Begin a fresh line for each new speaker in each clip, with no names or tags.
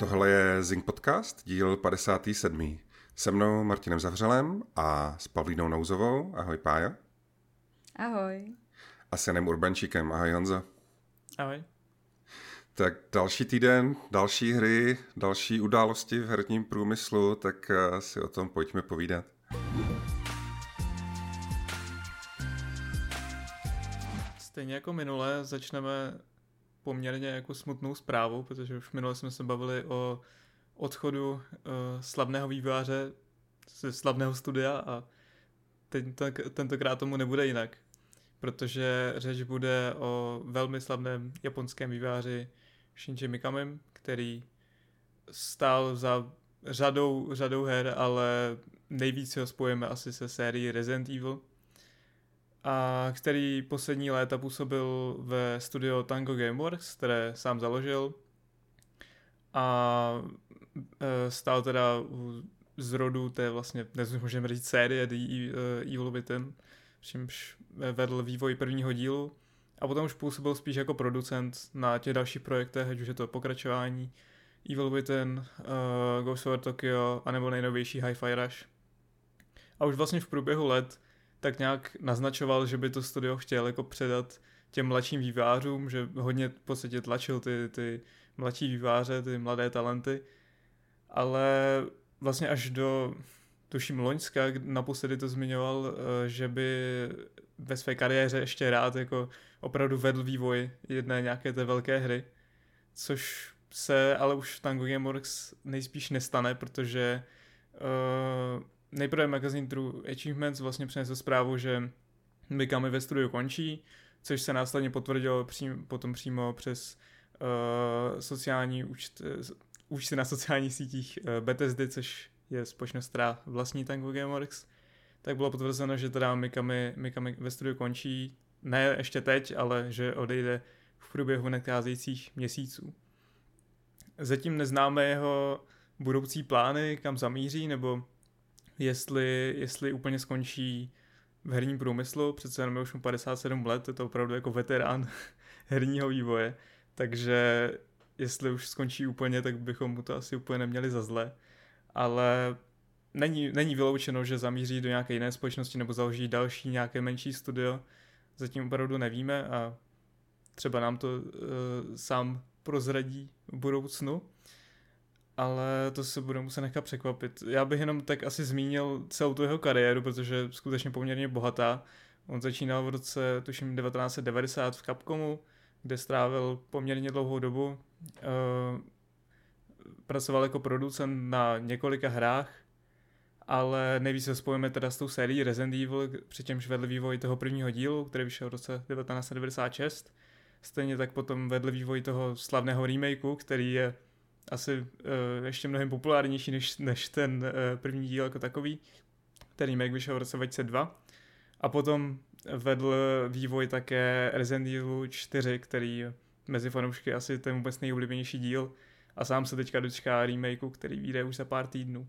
Tohle je Zing Podcast, díl 57. Se mnou Martinem Zavřelem a s Pavlínou Nouzovou. Ahoj Pájo.
Ahoj.
A s Janem Urbančíkem. Ahoj Honzo.
Ahoj.
Tak další týden, další hry, další události v herním průmyslu, tak si o tom pojďme povídat.
Stejně jako minule začneme poměrně jako smutnou zprávou, protože už minule jsme se bavili o odchodu slavného vývojáře ze slavného studia a tentokrát tomu nebude jinak, protože řeč bude o velmi slavném japonském vývojáři Shinji Mikamim, který stál za řadou her, ale nejvíc ho spojíme asi se sérií Resident Evil, a který poslední léta působil ve studio Tango Gameworks, které sám založil, a stál teda u zrodu té vlastně, můžeme říct, série The Evil Within, čímž vedl vývoj prvního dílu a potom už působil spíš jako producent na těch dalších projektech, ať už je to pokračování Evil Within, Ghost Over Tokyo, anebo nejnovější Hi-Fi Rush. A už vlastně v průběhu let tak nějak naznačoval, že by to studio chtěl jako předat těm mladším vývojářům, že hodně v podstatě tlačil ty mladší vývojáře, ty mladé talenty, ale vlastně až do, tuším, loňska, naposledy to zmiňoval, že by ve své kariéře ještě rád jako opravdu vedl vývoj jedné nějaké té velké hry, což se ale už v Tango Gameworks nejspíš nestane, protože nejprve magazín True Achievements vlastně přinesl zprávu, že Mikami ve studiu končí, což se následně potvrdilo potom přímo přes sociální účty na sociálních sítích Bethesdy, což je společnost, která vlastní Tango Gameworks. Tak bylo potvrzeno, že teda Mikami ve studiu končí, ne ještě teď, ale že odejde v průběhu nadcházejících měsíců. Zatím neznáme jeho budoucí plány, kam zamíří, nebo jestli úplně skončí v herním průmyslu. Přece jenom už mu 57 let, je to opravdu jako veterán herního vývoje, takže jestli už skončí úplně, tak bychom mu to asi úplně neměli za zle, ale není vyloučeno, že zamíří do nějaké jiné společnosti nebo založí další nějaké menší studio. Zatím opravdu nevíme a třeba nám to sám prozradí v budoucnu, ale to se bude muset nechat překvapit. Já bych jenom tak asi zmínil celou tu jeho kariéru, protože je skutečně poměrně bohatá. On začínal v roce, tuším, 1990 v Capcomu, kde strávil poměrně dlouhou dobu. Pracoval jako producent na několika hrách, ale nejvíc se spojíme teda s tou sérií Resident Evil, přičemž vedl vývoj toho prvního dílu, který vyšel v roce 1996. Stejně tak potom vedl vývoj toho slavného remakeu, který je asi ještě mnohem populárnější než ten první díl jako takový. Ten remake vyšel v roce 2002. A potom vedl vývoj také Resident Evil 4, který mezi fanoušky asi ten vůbec nejoblíbenější díl, a sám se teďka dočká remakeu, který vyjde už za pár týdnů.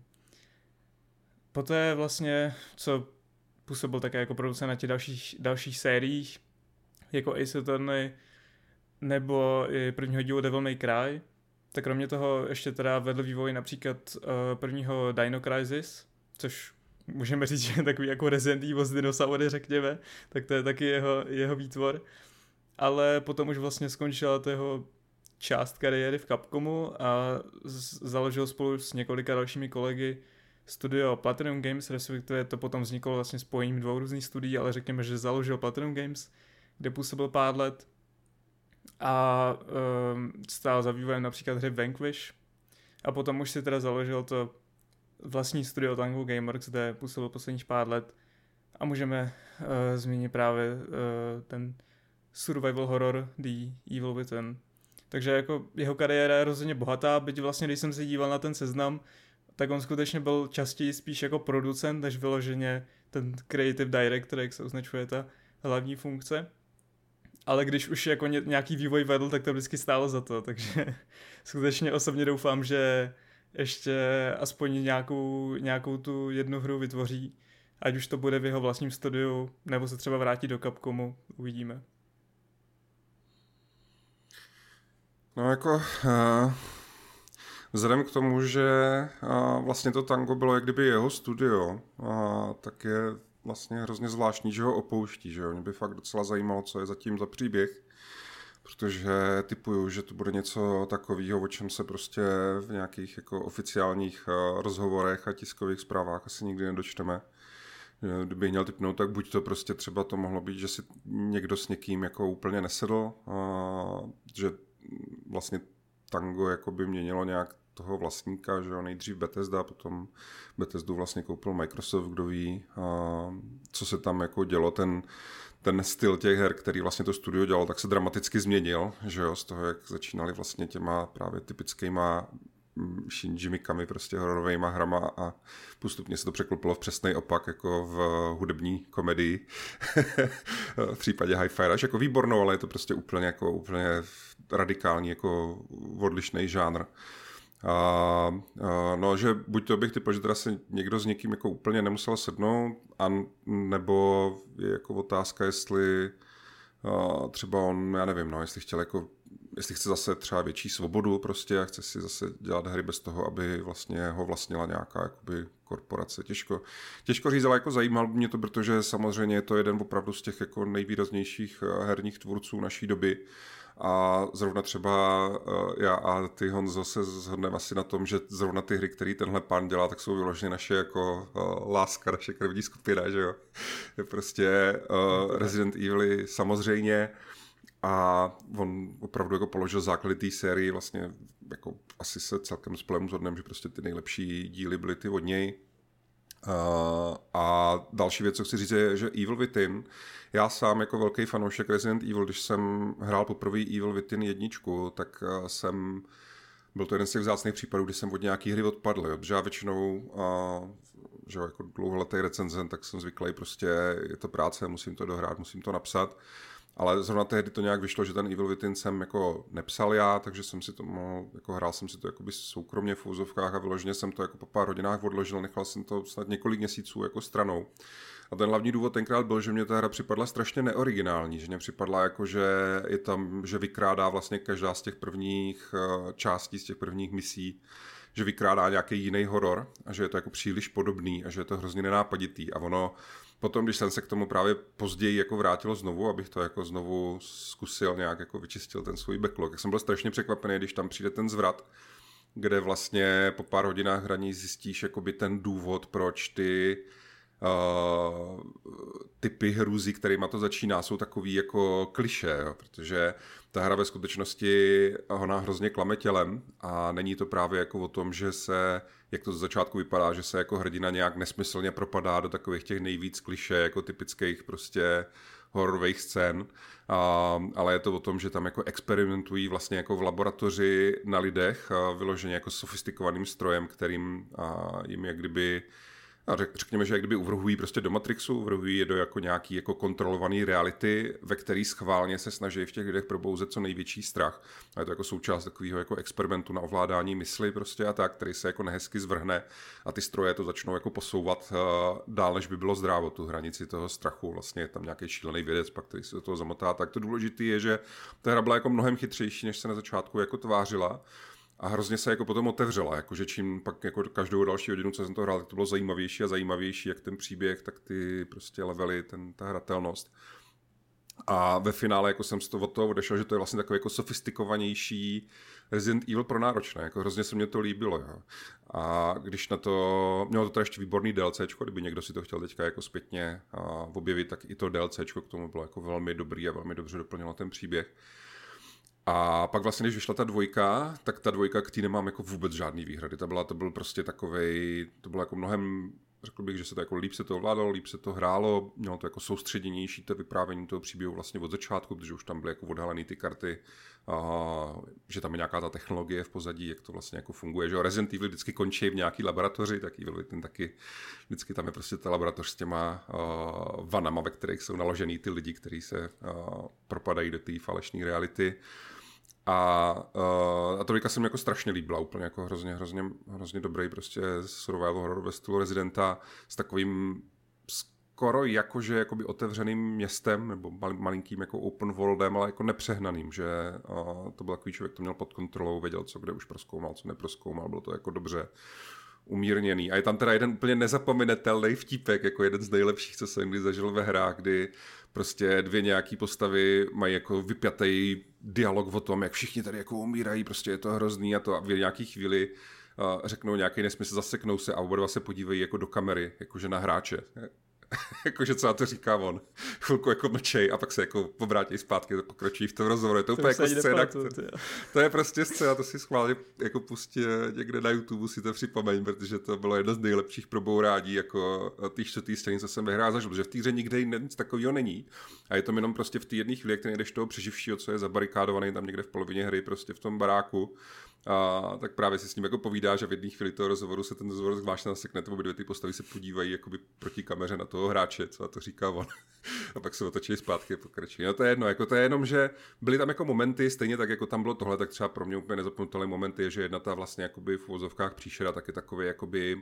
Poté vlastně, co působil také jako producent na těch dalších sériích, jako Ace Attorney nebo i prvního dílu Devil May Cry, tak kromě toho ještě teda vedl vývoj například prvního Dino Crisis, což můžeme říct, že je takový jako Resident Evil z dinosaury, řekněme, tak to je taky jeho výtvor. Ale potom už vlastně skončila to jeho část kariéry v Capcomu a založil spolu s několika dalšími kolegy studio Platinum Games, respektive to potom vzniklo vlastně spojením dvou různých studií, ale řekněme, že založil Platinum Games, kde působil pár let a stál za vývojem například hry Vanquish, a potom už si teda založil to vlastní studio Tango Gameworks, kde působil posledních pár let, a můžeme zmínit právě ten survival horror The Evil Within. Takže jako jeho kariéra je rozhodně bohatá, byť vlastně, když jsem se díval na ten seznam, tak on skutečně byl častěji spíš jako producent, než vyloženě ten creative director, jak se označuje ta hlavní funkce. Ale když už jako nějaký vývoj vedl, tak to vždycky stálo za to, takže skutečně osobně doufám, že ještě aspoň nějakou tu jednu hru vytvoří, ať už to bude v jeho vlastním studiu, nebo se třeba vrátí do Capcomu, uvidíme.
No jako Vzhledem k tomu, že vlastně to tango bylo jak kdyby jeho studio, tak je vlastně hrozně zvláštní, že ho opouští. Že jo? Mě by fakt docela zajímalo, co je zatím za příběh, protože tipuju, že to bude něco takového, o čem se prostě v nějakých jako oficiálních rozhovorech a tiskových zprávách asi nikdy nedočteme. Kdybych měl tipnout, tak buď to prostě třeba to mohlo být, že si někdo s někým jako úplně nesedl, že vlastně tango jako by měnilo nějak toho vlastníka, že jo, nejdřív Bethesda, potom Bethesdu vlastně koupil Microsoft, kdo ví, co se tam jako dělo, ten styl těch her, který vlastně to studio dělalo, tak se dramaticky změnil, že jo, z toho, jak začínali vlastně těma právě typickýma Shinji Mikami, prostě hororovejma hrama a postupně se to překlopilo v přesný opak, jako v hudební komedii v případě Hi-Fi Rush, jako výbornou, ale je to prostě úplně radikální, jako odlišný žánr. No, že buď to bych typl, že teda se někdo s někým jako úplně nemusel sednout, nebo je jako otázka, jestli třeba on, já nevím, no, jestli chce zase třeba větší svobodu prostě a chce si zase dělat hry bez toho, aby vlastně ho vlastnila nějaká jakoby korporace. Těžko říct, ale jako zajímalo mě to, protože samozřejmě je to jeden opravdu z těch jako nejvýraznějších herních tvůrců naší doby. A zrovna třeba já a ty, Honzo, se shodneme asi na tom, že zrovna ty hry, které tenhle pán dělá, tak jsou vyloženě naše jako láska, naše krevní skupina, že jo. Je prostě Resident Evil samozřejmě a on opravdu jako položil základy té sérii, vlastně jako asi se celkem spolem shodneme, že prostě ty nejlepší díly byly ty od něj. A další věc, co chci říct, je, že Evil Within, já sám jako velký fanoušek Resident Evil, když jsem hrál poprvé Evil Within 1, tak byl to jeden z těch vzácných případů, kdy jsem od nějaký hry odpadl, protože já většinou, že jako dlouholetý recenzent, tak jsem zvyklý prostě, je to práce, musím to dohrát, musím to napsat. Ale zrovna tehdy to nějak vyšlo, že ten Evil Within jsem jako nepsal já, takže jsem si to mohl, jako hrál jsem si to jakoby soukromně v úzovkách a vyloženě jsem to jako po pár hodinách odložil, nechal jsem to snad několik měsíců jako stranou. A ten hlavní důvod tenkrát byl, že mě ta hra připadla strašně neoriginální, že mě připadla jako, že je tam, že vykrádá vlastně každá z těch prvních částí, z těch prvních misí, že vykrádá nějaký jiný horor a že je to jako příliš podobný a že je to hrozně nenápaditý a ono potom, když jsem se k tomu právě později jako vrátil znovu, abych to jako znovu zkusil nějak jako vyčistil ten svůj backlog, tak jsem byl strašně překvapený, když tam přijde ten zvrat, kde vlastně po pár hodinách hraní zjistíš jakoby ten důvod, proč ty typy hrůzy, kterýma to začíná, jsou takový jako klišé, jo? Protože ta hra ve skutečnosti ona hrozně klame tělem a není to právě jako o tom, že se, jak to z začátku vypadá, že se jako hrdina nějak nesmyslně propadá do takových těch nejvíc klišé, jako typických prostě hororových scén, ale je to o tom, že tam jako experimentují vlastně jako v laboratoři na lidech, vyloženě jako sofistikovaným strojem, kterým jim jak kdyby řekněme, že jak kdyby uvrhují prostě do Matrixu, uvrhují je do jako nějaký jako kontrolovaný reality, ve který schválně se snaží v těch lidech probouzet co největší strach. A je to jako součást takového jako experimentu na ovládání mysli prostě a tak, který se jako nehezky zvrhne a ty stroje to začnou jako posouvat dál, než by bylo zdrávo, tu hranici toho strachu. Vlastně je tam nějaký šílený vědec, pak který se do toho zamotá. Tak to důležité je, že ta hra byla jako mnohem chytřejší, než se na začátku jako tvářila. A hrozně se jako potom otevřela, jakože čím pak jako každou další hodinu, co jsem to hrál, tak to bylo zajímavější a zajímavější, jak ten příběh, tak ty prostě levely, ta hratelnost. A ve finále jako jsem z toho od toho odešel, že to je vlastně takový jako sofistikovanější Resident Evil pro náročné, jako hrozně se mně to líbilo. Jo. A když na to, mělo to teda ještě výborný DLCčko, kdyby někdo si to chtěl teďka jako zpětně objevit, tak i to DLCčko k tomu bylo jako velmi dobrý a velmi dobře doplnilo ten příběh. A pak vlastně, když vyšla ta 2, tak ta 2, k té nemám jako vůbec žádný výhrady. To byl prostě takovej, to bylo jako mnohem, řekl bych, že se to jako líp se to ovládalo, líp se to hrálo, mělo to jako soustředěnější to vyprávění toho příběhu vlastně od začátku, protože už tam byly jako odhalený ty karty, že tam je nějaká ta technologie v pozadí, jak to vlastně jako funguje, že Resident Evil vždycky končí v nějaký laboratoři, tak Evil Within taky vždycky tam je prostě ta laboratoř s těma vanama, ve kterých jsou naložený ty lidi, kteří se propadají do té falešné reality. A to Vika se mi jako strašně líbila, úplně jako hrozně dobrý prostě survival horror ve stylu Residenta s takovým skoro jakože jakoby otevřeným městem nebo malinkým jako open worldem, ale jako nepřehnaným, že to byl takový člověk, to měl pod kontrolou, věděl, co kde už prozkoumal, co neprozkoumal, bylo to jako dobře umírněný. A je tam teda jeden úplně nezapomenutelný vtípek, jako jeden z nejlepších, co jsem kdy zažil ve hrách, kdy prostě dvě nějaký postavy mají jako vypjatý dialog o tom, jak všichni tady jako umírají, prostě je to hrozný a to a v nějaký chvíli řeknou nějaký nesmysl, zaseknou se a oba dva se podívají jako do kamery, jakože na hráče. Jakože co na to říká on. Chvilku jako mlčej a pak se jako obrátí zpátky a pokračují v tom rozhovoru. Je to úplně jako scéna. To je prostě scéna, to si schválně jako pustí někde na YouTube, si to připomeň, protože to bylo jedno z nejlepších probourání jako té čtvrtý scény, co jsem ve hrách zažil, protože v té hře nikde nic takového není. A je to jenom prostě v té jedné chvíli, jak ty nejdeš toho přeživšího, co je zabarikádovaný tam někde v polovině hry, prostě v tom baráku. A tak právě si s ním jako povídá, že v jedné chvíli toho rozhovoru se ten rozhovor zvláštně nasekne, obě dvě ty postavy se podívají jakoby proti kameře na toho hráče, co a to říká on. A pak se otočí zpátky a pokračují. No to je jedno, jako to je jenom, že byly tam jako momenty, stejně tak jako tam bylo tohle, tak třeba pro mě úplně nezapomenutelný moment je, že jedna ta vlastně jakoby v uvozovkách příšera, tak je takový jakoby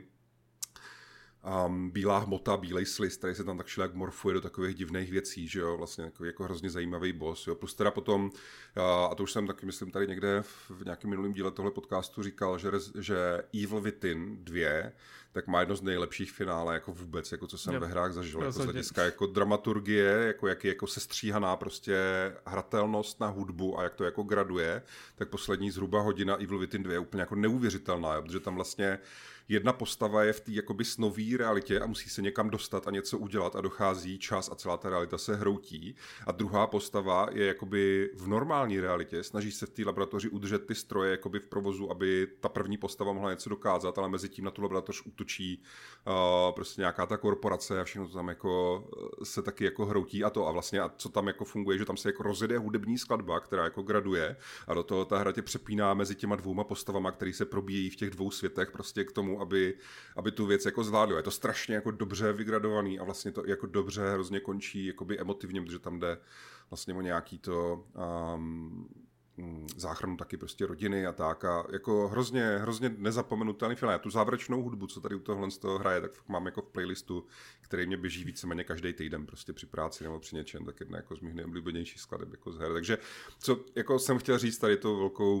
bílá hmota, bílej sliz, který se tam tak všelijak morfuje do takových divných věcí, že jo, vlastně jako hrozně zajímavý boss, jo, plus teda potom, a to už jsem taky, myslím, tady někde v nějakém minulém díle tohle podcastu říkal, že Evil Within 2, tak má jedno z nejlepších finále jako vůbec, jako co jsem ve hrách zažil, jako z hlediska jako dramaturgie, jako jak je jako sestříhaná prostě hratelnost na hudbu a jak to jako graduje, tak poslední zhruba hodina Evil Within 2 je úplně jako neuvěřitelná, jo, protože tam vlastně jedna postava je v té jakoby snový realitě a musí se někam dostat a něco udělat a dochází čas a celá ta realita se hroutí. A druhá postava je jakoby v normální realitě, snaží se v té laboratoři udržet ty stroje jakoby v provozu, aby ta první postava mohla něco dokázat, ale mezi tím na tu laboratoř útočí prostě nějaká ta korporace a všechno to tam jako se taky jako hroutí a to a vlastně a co tam jako funguje, že tam se jako rozjede hudební skladba, která jako graduje a do toho ta hra tě přepíná mezi těma dvouma postavama, který se probíjí v těch dvou světech prostě k tomu, aby tu věc jako zvládlo. Je to strašně jako dobře vygradovaný a vlastně to jako dobře hrozně končí jakoby emotivně, protože tam jde vlastně o nějaký to záchranu taky prostě rodiny a tak a jako hrozně nezapomenutelný film. Já tu závěrečnou hudbu, co tady u tohle z toho hraje, tak mám jako v playlistu, který mě běží víceméně každý týden prostě při práci nebo při něčem, tak jedna jako z mých nejoblíbenějších skladeb jako z her. Takže co jako jsem chtěl říct tady tou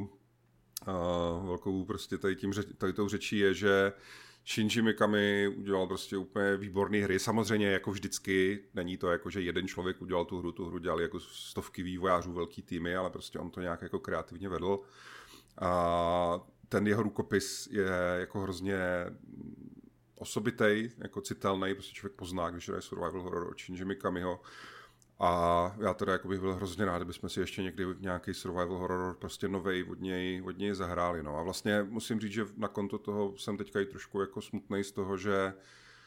velkou prostě tady tou řečí je, že Shinji Mikami udělal prostě úplně výborný hry. Samozřejmě jako vždycky není to jako, že jeden člověk udělal tu hru dělali jako stovky vývojářů, velký týmy, ale prostě on to nějak jako kreativně vedl. A ten jeho rukopis je jako hrozně osobitej, jako citelný, prostě člověk pozná, když hraje survival horror od Shinji Mikamiho. A já teda jako bych byl hrozně rád, kdybychom si ještě někdy nějaký survival horror prostě novej od něj zahráli. No. A vlastně musím říct, že na konto toho jsem teďka i trošku jako smutnej z toho, že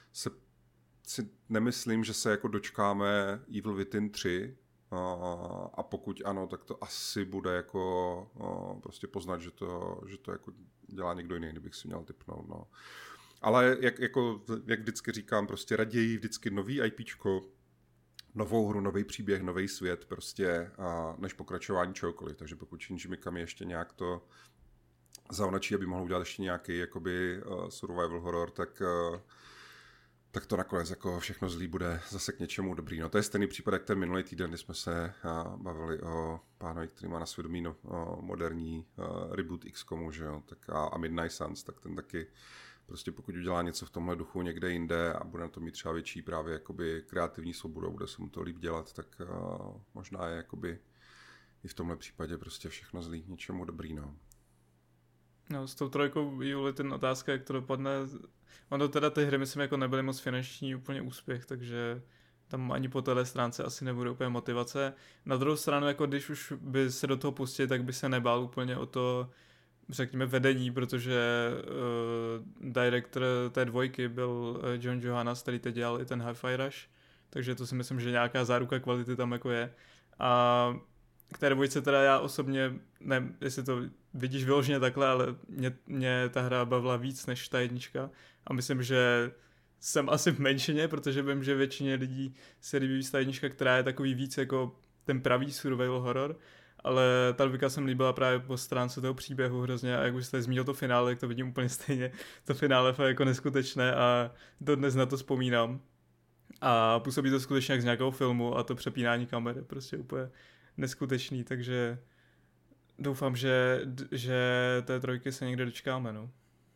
si nemyslím, že se jako dočkáme Evil Within 3 a pokud ano, tak to asi bude jako prostě poznat, že to jako dělá někdo jiný, kdybych si měl tipnout. No. Ale jak vždycky říkám, prostě raději vždycky nový IPčko, novou hru, nový příběh, nový svět prostě než pokračování čehokoliv. Takže pokud Shinji Mikami ještě nějak to zaonačí, aby mohl udělat ještě nějaký jakoby survival horror, tak to nakonec jako všechno zlý bude zase k něčemu dobrý. No to je stejný případ, jak ten minulý týden, kdy jsme se bavili o pánovi, který má na svědomí moderní reboot XCOMu, že jo, tak a Midnight Suns, tak ten taky prostě pokud udělá něco v tomhle duchu někde jinde a bude na to mít třeba větší právě jakoby kreativní svobodu, bude se mu to líp dělat, tak možná je jakoby i v tomhle případě prostě všechno zlý k něčemu dobrý, no.
No, s tou trojkou Juli, ten otázka, jak to dopadne. Ono teda ty hry, myslím, jako nebyly moc finanční úplně úspěch, takže tam ani po téhle stránce asi nebude úplně motivace. Na druhou stranu, jako když už by se do toho pustit, tak by se nebál úplně o to, řekněme, vedení, protože director té dvojky byl John Johannes, který teď dělal i ten Hi-Fi Rush, takže to si myslím, že nějaká záruka kvality tam jako je. A k té dvojce teda já osobně, nevím, jestli to vidíš vyloženě takhle, ale mě ta hra bavila víc než ta jednička a myslím, že jsem asi v menšině, protože vím, že většině lidí se líbí víc ta jednička, která je takový víc jako ten pravý survival horror, ale ta dvojka se mi líbila právě po stránce toho příběhu hrozně a jak už jste zmínil to finále, tak to vidím úplně stejně. To finále je jako neskutečné a dodnes na to vzpomínám. A působí to skutečně jak z nějakého filmu a to přepínání kamery prostě úplně neskutečný, takže doufám, že té trojky se někde dočkáme, no.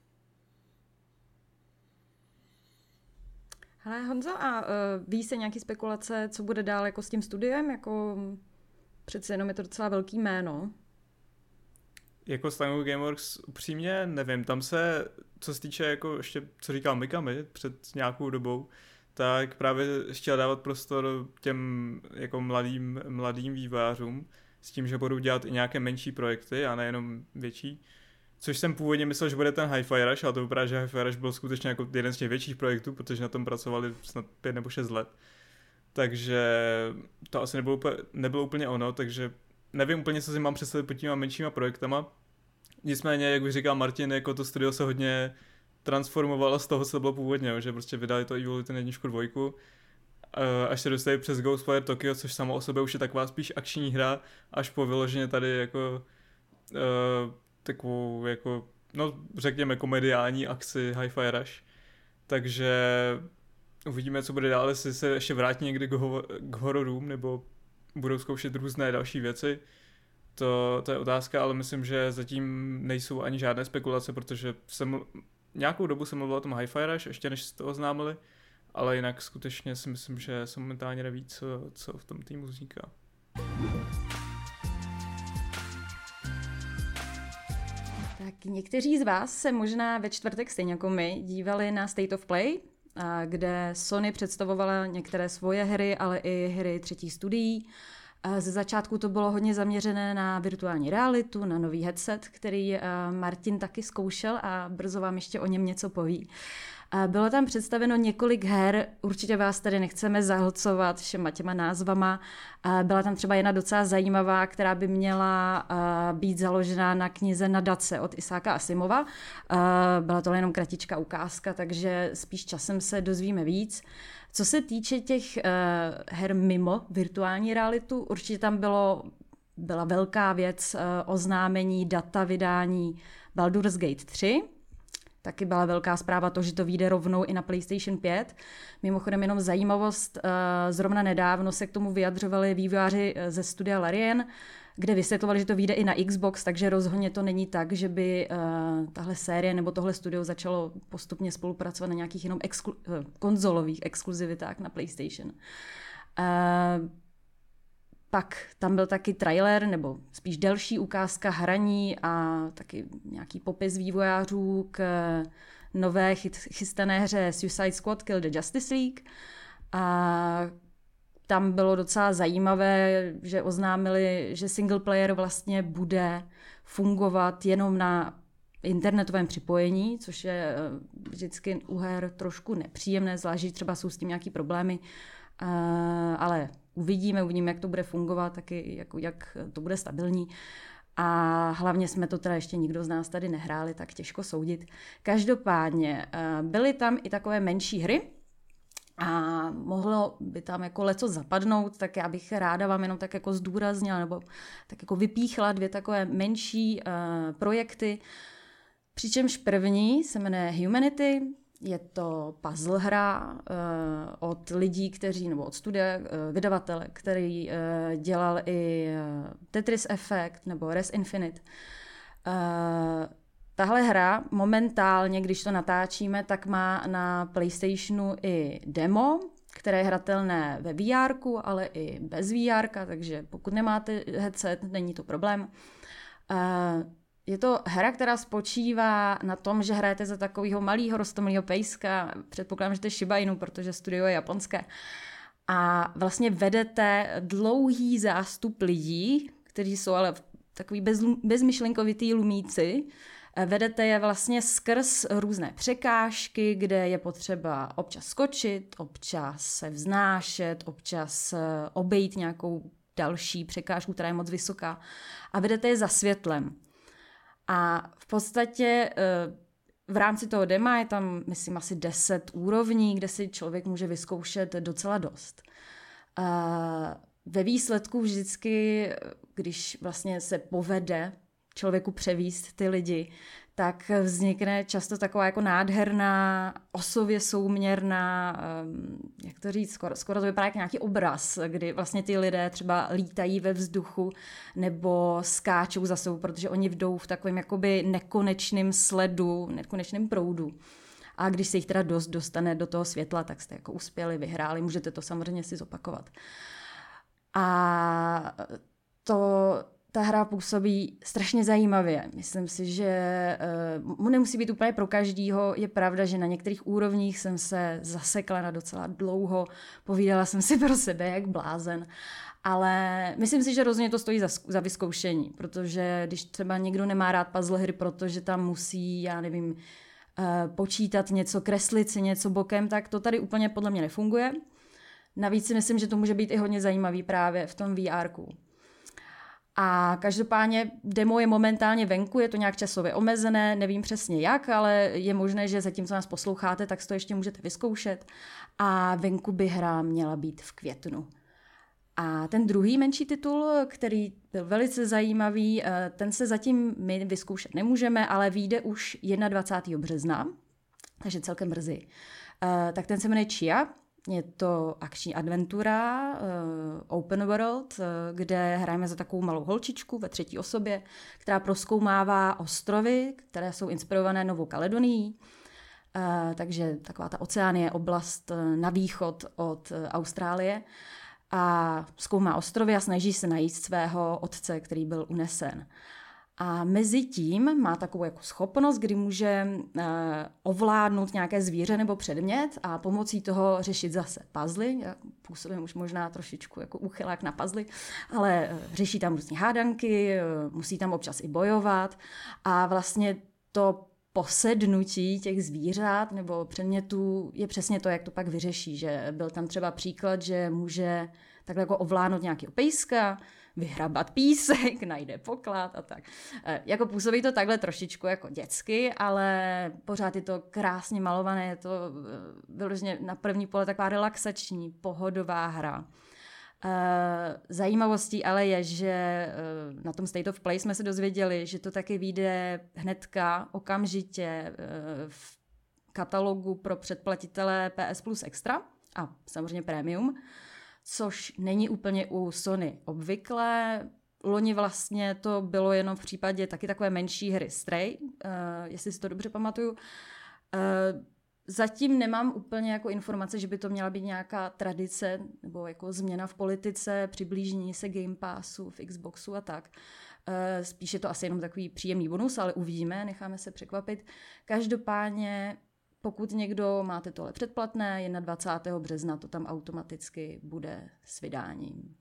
Hele Honzo, a ví se nějaký spekulace, co bude dál jako s tím studiem? Jako přece jenom je to docela velký jméno.
Jako Stango Gameworks upřímně nevím, tam se, co se týče jako ještě, co říkal Mikami před nějakou dobou, tak právě chtěl dávat prostor těm jako mladým vývojářům s tím, že budou dělat i nějaké menší projekty a nejenom větší. Což jsem původně myslel, že bude ten Hi-Fi Rush, ale to vypadá, že Hi-Fi Rush byl skutečně jako jeden z těch větších projektů, protože na tom pracovali snad 5 nebo 6 let. Takže to asi nebylo úplně ono, takže nevím úplně, co si mám představit pod těma menšíma projektama. Nicméně, jak už říkal Martin, jako to studio se hodně transformovalo z toho, co bylo původně, že prostě vydali to Evil Within 1, 2, až se dostali přes Ghostwire Tokyo, což samo o sobě už je taková spíš akční hra, až po vyloženě tady jako takovou jako, no řekněme komediální akci Hi-Fi Rush. Takže uvidíme, co bude dál, jestli se ještě vrátí někdy k hororům, nebo budou zkoušet různé další věci. To je otázka, ale myslím, že zatím nejsou ani žádné spekulace, protože nějakou dobu jsem mluvil o tom Hi-Fi Rush, ještě než jste to oznámili, ale jinak skutečně si myslím, že se momentálně neví, co v tom týmu vzniká.
Tak někteří z vás se možná ve čtvrtek stejně jako my dívali na State of Play, kde Sony představovala některé svoje hry, ale i hry třetích studií. Ze začátku to bylo hodně zaměřené na virtuální realitu, na nový headset, který Martin taky zkoušel a brzo vám ještě o něm něco poví. Bylo tam představeno několik her, určitě vás tady nechceme zahlcovat všema těma názvama. Byla tam třeba jedna docela zajímavá, která by měla být založená na knize Nadace od Isáka Asimova. Byla to jenom kratičká ukázka, takže spíš časem se dozvíme víc. Co se týče těch her mimo virtuální realitu, určitě tam byla velká věc oznámení data vydání Baldur's Gate 3. Taky byla velká zpráva to, že to vyjde rovnou i na PlayStation 5. Mimochodem jenom zajímavost, zrovna nedávno se k tomu vyjadřovali vývojáři ze studia Larian, kde vysvětlovali, že to vyjde i na Xbox, takže rozhodně to není tak, že by tahle série nebo tohle studio začalo postupně spolupracovat na nějakých jenom konzolových exkluzivitách na PlayStation. Pak tam byl taky trailer, nebo spíš delší ukázka hraní a taky nějaký popis vývojářů k nové chystané hře Suicide Squad Kill the Justice League. A tam bylo docela zajímavé, že oznámili, že single player vlastně bude fungovat jenom na internetovém připojení, což je vždycky u her trošku nepříjemné, zvlášť, že třeba jsou s tím nějaký problémy, ale uvidíme, jak to bude fungovat, taky jak to bude stabilní. A hlavně jsme to teda ještě nikdo z nás tady nehráli, tak těžko soudit. Každopádně byly tam i takové menší hry a mohlo by tam jako leco zapadnout, tak já bych ráda vám jenom tak jako zdůraznila nebo tak jako vypíchla 2 takové menší projekty. Přičemž první se jmenuje Humanity. Je to puzzle hra od lidí, nebo od studia vydavatele, který dělal i Tetris Effect nebo Res Infinite. Tahle hra momentálně, když to natáčíme, tak má na PlayStationu i demo, které je hratelné ve VR, ale i bez VR, takže pokud nemáte headset, není to problém. Je to hra, která spočívá na tom, že hrajete za takového malého rostomilého pejska. Předpokládám, že to je Shiba Inu, protože studio je japonské. A vlastně vedete dlouhý zástup lidí, kteří jsou ale takový bezmyšlenkovitý lumíci. Vedete je vlastně skrz různé překážky, kde je potřeba občas skočit, občas se vznášet, občas obejít nějakou další překážku, která je moc vysoká. A vedete je za světlem. A v podstatě v rámci toho dema je tam, myslím, asi 10 úrovní, kde si člověk může vyzkoušet docela dost. Ve výsledku vždycky, když vlastně se povede člověku převíst ty lidi, tak vznikne často taková jako nádherná, osově souměrná, jak to říct, skoro to vypadá jako nějaký obraz, kdy vlastně ty lidé třeba lítají ve vzduchu nebo skáčou za sebou, protože oni jdou v takovém jakoby nekonečném sledu, nekonečném proudu. A když se jich teda dost dostane do toho světla, tak jste jako uspěli, vyhráli, můžete to samozřejmě si zopakovat. A ta hra působí strašně zajímavě. Myslím si, že nemusí být úplně pro každýho. Je pravda, že na některých úrovních jsem se zasekla na docela dlouho. Povídala jsem si pro sebe jak blázen. Ale myslím si, že rozhodně to stojí za vyzkoušení, protože když třeba někdo nemá rád puzzle hry, protože tam musí, já nevím, počítat něco, kreslit si něco bokem, tak to tady úplně podle mě nefunguje. Navíc si myslím, že to může být i hodně zajímavý právě v tom VR-ku. A každopádně demo je momentálně venku, je to nějak časově omezené, nevím přesně jak, ale je možné, že zatímco nás posloucháte, tak to ještě můžete vyzkoušet. A venku by hra měla být v květnu. A ten druhý menší titul, který byl velice zajímavý, ten se zatím my vyzkoušet nemůžeme, ale vyjde už 21. března, takže celkem brzy. Tak ten se jmenuje Chia. Je to akční adventura, open world, kde hrajeme za takovou malou holčičku ve třetí osobě, která prozkoumává ostrovy, které jsou inspirované Novou Kaledonií. Takže taková ta Oceánie, oblast na východ od Austrálie. A zkoumá ostrovy a snaží se najít svého otce, který byl unesen. A mezi tím má takovou jako schopnost, kdy může ovládnout nějaké zvíře nebo předmět a pomocí toho řešit zase puzzly. Já působím už možná trošičku jako úchylák na puzzly, ale řeší tam různé hádanky, musí tam občas i bojovat a vlastně to posednutí těch zvířat nebo předmětů je přesně to, jak to pak vyřeší. Že byl tam třeba příklad, že může takhle jako ovládnout nějakého pejska, vyhrabat písek, najde poklad a tak. Jako působí to takhle trošičku jako dětsky, ale pořád je to krásně malované, je to vyloženě na první pohled taková relaxační, pohodová hra. Zajímavostí ale je, že na tom State of Play jsme se dozvěděli, že to taky vyjde hnedka, okamžitě v katalogu pro předplatitele PS Plus Extra a samozřejmě Premium, což není úplně u Sony obvyklé. Loni vlastně to bylo jenom v případě taky takové menší hry Stray, jestli si to dobře pamatuju. Zatím nemám úplně jako informace, že by to měla být nějaká tradice nebo jako změna v politice, přiblížení se Game Passu v Xboxu a tak. Spíš je to asi jenom takový příjemný bonus, ale uvidíme, necháme se překvapit. Každopádně, pokud někdo máte tohle předplatné, 21. března to tam automaticky bude s vydáním.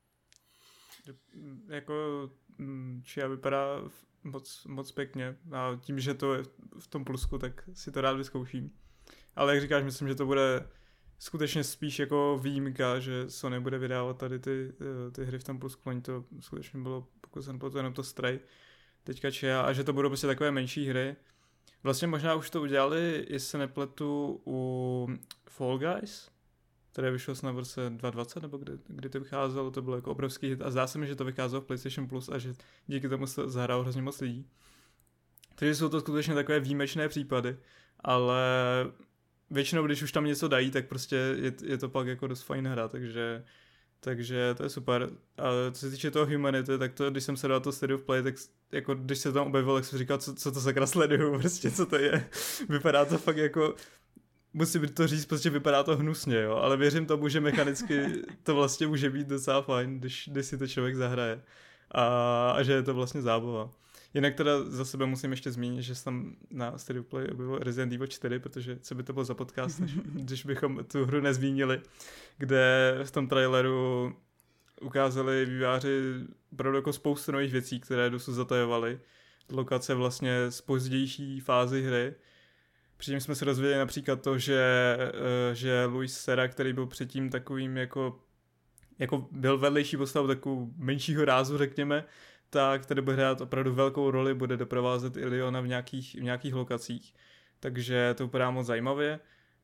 Jako Chia vypadá moc pěkně a tím, že to je v tom plusku, tak si to rád vyzkouším. Ale jak říkáš, myslím, že to bude skutečně spíš jako výjimka, že Sony bude vydávat tady ty hry v tom plusku. Oni to skutečně bylo, pokud jsem potom jenom to Stray, teďka Chia, a že to budou prostě takové menší hry. Vlastně možná už to udělali, jestli se nepletu, u Fall Guys, které vyšlo snad v roce 2020, nebo kdy to vycházelo, to bylo jako obrovský hit a zdá se mi, že to vycházelo v PlayStation Plus a že díky tomu se zahrálo hrozně moc lidí. Takže jsou to skutečně takové výjimečné případy, ale většinou, když už tam něco dají, tak prostě je to pak jako dost fajn hra, takže to je super. A co se týče toho Humanity, tak to, když jsem se dal to State of Play, tak jako když se tam objevil, tak jsem říkal, co to sakra sleduju, prostě co to je. Vypadá to fakt jako, musím to říct, prostě vypadá to hnusně, jo, ale věřím tomu, že mechanicky to vlastně může být docela fajn, když si to člověk zahraje. A že je to vlastně zábava. Jinak teda za sebe musím ještě zmínit, že jsem na State of Play objevil Resident Evil 4, protože co by to bylo za podcast, když bychom tu hru nezmínili, kde v tom traileru ukázali vývojáři opravdu jako spoustu nových věcí, které dosud zatajovali. Lokace vlastně z pozdější fázy hry. Přičemž jsme se dozvěděli například to, že Luis Serra, který byl předtím takovým jako byl vedlejší postavou takovou menšího rázu, řekněme, tak tady bude hrát opravdu velkou roli, bude doprovázet i Leona v nějakých lokacích. Takže to vypadá moc zajímavě.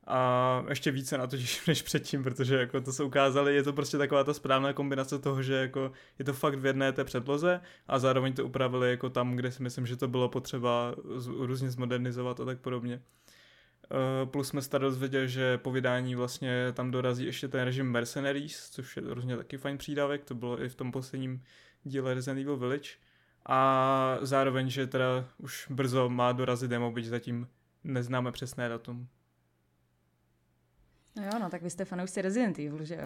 a ještě více na to těším než předtím, protože jako to se ukázali, je to prostě taková ta správná kombinace toho, že jako je to fakt v jedné té předloze a zároveň to upravili jako tam, kde si myslím, že to bylo potřeba různě zmodernizovat a tak podobně. Plus jsme se dozvěděli, že po vydání vlastně tam dorazí ještě ten režim Mercenaries, což je hrozně taky fajn přídavek, to bylo i v tom posledním díle Resident Evil Village. A zároveň, že teda už brzo má dorazit demo, byť zatím neznáme přesné datum.
No jo, no tak vy jste fanoušci Resident Evil, že jo?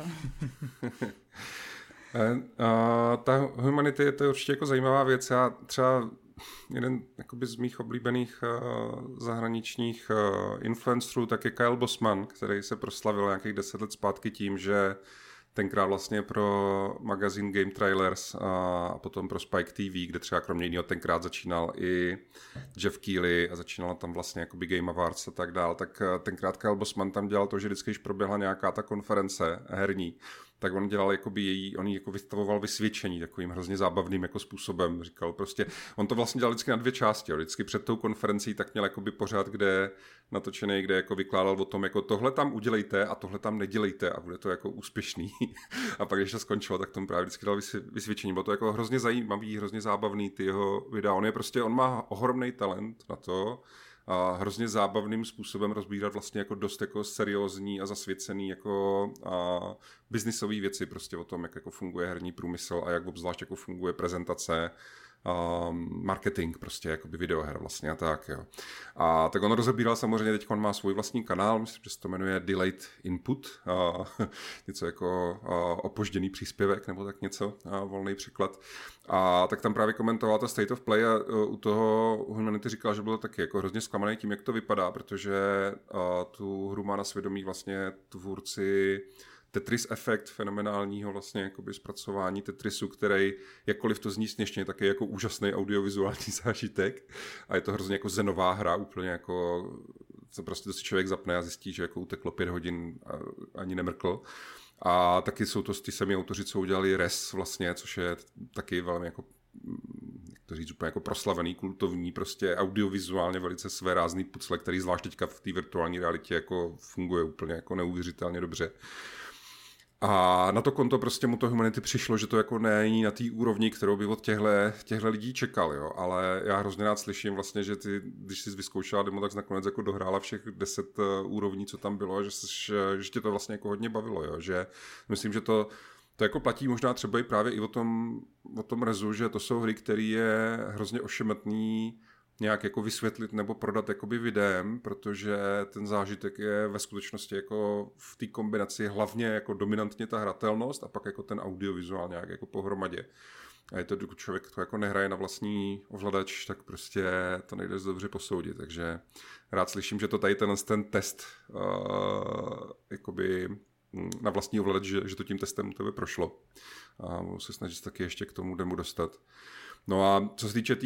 Ta Humanity je to určitě jako zajímavá věc. Já třeba jeden jakoby z mých oblíbených zahraničních influencerů tak je Kyle Bosman, který se proslavil nějakých 10 let zpátky tím, že tenkrát vlastně pro magazín Game Trailers a potom pro Spike TV, kde třeba kromě jiného tenkrát začínal i Jeff Keighley a začínala tam vlastně jakoby Game Awards a tak dál, tak tenkrát Kyle Bosman tam dělal to, že vždycky, když proběhla nějaká ta konference herní, tak on dělal jakoby on jako vystavoval vysvědčení takovým hrozně zábavným jako způsobem, říkal prostě, on to vlastně dělal vždycky na 2 části, vždycky před tou konferencí tak měl jakoby pořád, kde natočený, kde jako vykládal o tom, jako tohle tam udělejte a tohle tam nedělejte a bude to jako úspěšný. A pak, když to skončilo, tak tomu právě vždycky dal vysvědčení. Bylo to jako hrozně zajímavý, hrozně zábavný ty jeho videa. On má ohromný talent na to a hrozně zábavným způsobem rozbírat vlastně jako dost jako seriózní a zasvěcený jako biznisové věci prostě o tom, jak jako funguje herní průmysl a jak obzvlášť jako funguje prezentace, marketing prostě jakoby videoher vlastně a tak, jo. A tak on rozebíral samozřejmě, teď on má svůj vlastní kanál, myslím, že se to jmenuje Delayed Input, něco jako opožděný příspěvek nebo tak něco, volný překlad. A tak tam právě komentoval to State of Play a u toho Humanity říkal, že bylo taky jako hrozně zklamaný tím, jak to vypadá, protože tu hru má na svědomí vlastně tvůrci Tetris efekt fenomenálního vlastně jakoby zpracování Tetrisu, který, jakkoliv to zní směšně, tak je jako úžasný audiovizuální zážitek a je to hrozně jako zenová hra, úplně jako to prostě si člověk zapne a zjistí, že jako uteklo 5 hodin a ani nemrkl. A taky jsou to ty samý autoři, co udělali Res vlastně, což je taky velmi jako, jak to říct, úplně jako proslavený, kultovní, prostě audiovizuálně velice svérázný pucle, který zvlášť teďka v té virtuální realitě jako funguje úplně jako neuvěřitelně dobře. A na to konto prostě mu to Humanity přišlo, že to jako není na té úrovni, kterou by od těchto lidí čekal, jo. Ale já hrozně rád slyším vlastně, že ty, když jsi vyzkoušela demo, tak nakonec jako dohrála všech 10 úrovní, co tam bylo, že tě to vlastně jako hodně bavilo, jo. Že myslím, že to jako platí možná třeba i právě i o tom Rezu, že to jsou hry, které je hrozně ošemetný nějak jako vysvětlit nebo prodat jakoby videem, protože ten zážitek je ve skutečnosti jako v té kombinaci hlavně jako dominantně ta hratelnost a pak jako ten audiovizuál nějak jako pohromadě. A je to, dokud člověk to jako nehraje na vlastní ovladač, tak prostě to nejde dobře posoudit. Takže rád slyším, že to tady ten test jakoby na vlastní ovladač, že to tím testem tebe prošlo. A budu se snažit taky ještě k tomu demo dostat. No a co se týče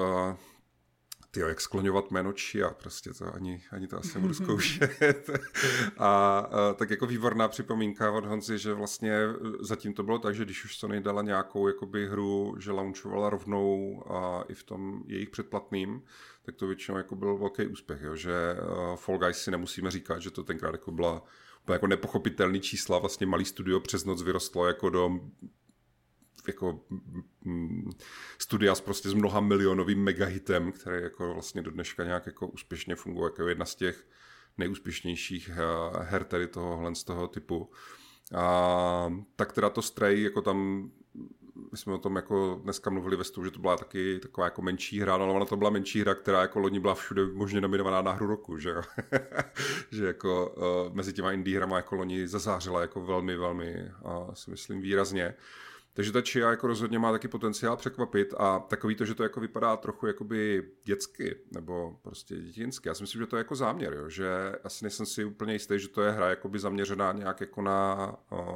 jak skloňovat jméno Chia, prostě to ani to asi nebudu zkoušet. A tak jako výborná připomínka od Honzy, že vlastně zatím to bylo tak, že když už Sony dala nějakou jakoby hru, že launchovala rovnou i v tom jejich předplatným, tak to většinou jako byl velký úspěch, jo? Že Fall Guys si nemusíme říkat, že to tenkrát jako byla jako nepochopitelný čísla, vlastně malý studio přes noc vyrostlo jako do jako studia prostě s mnoha milionovým megahitem, který jako vlastně do dneška nějak jako úspěšně funguje jako jedna z těch nejúspěšnějších her tady tohohle z toho typu. A tak teda to Stray, jako tam my jsme o tom jako dneska mluvili ve studiu, že to byla taky taková jako menší hra, no ona to byla menší hra, která jako loni byla všude možně nominovaná na hru roku, že jo. Že jako mezi těma indie hrama jako loni zazářila jako velmi, velmi, si myslím, výrazně. Takže ta Chia jako rozhodně má taky potenciál překvapit a takový to, že to jako vypadá trochu jakoby dětsky nebo prostě dětinsky. Já si myslím, že to je jako záměr, jo? Že asi nejsem si úplně jistý, že to je hra jakoby zaměřená nějak jako na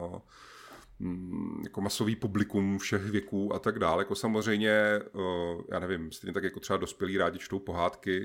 jako masový publikum všech věků a tak dále. Jako samozřejmě, já nevím, stejně tak jako třeba dospělí rádi čtou pohádky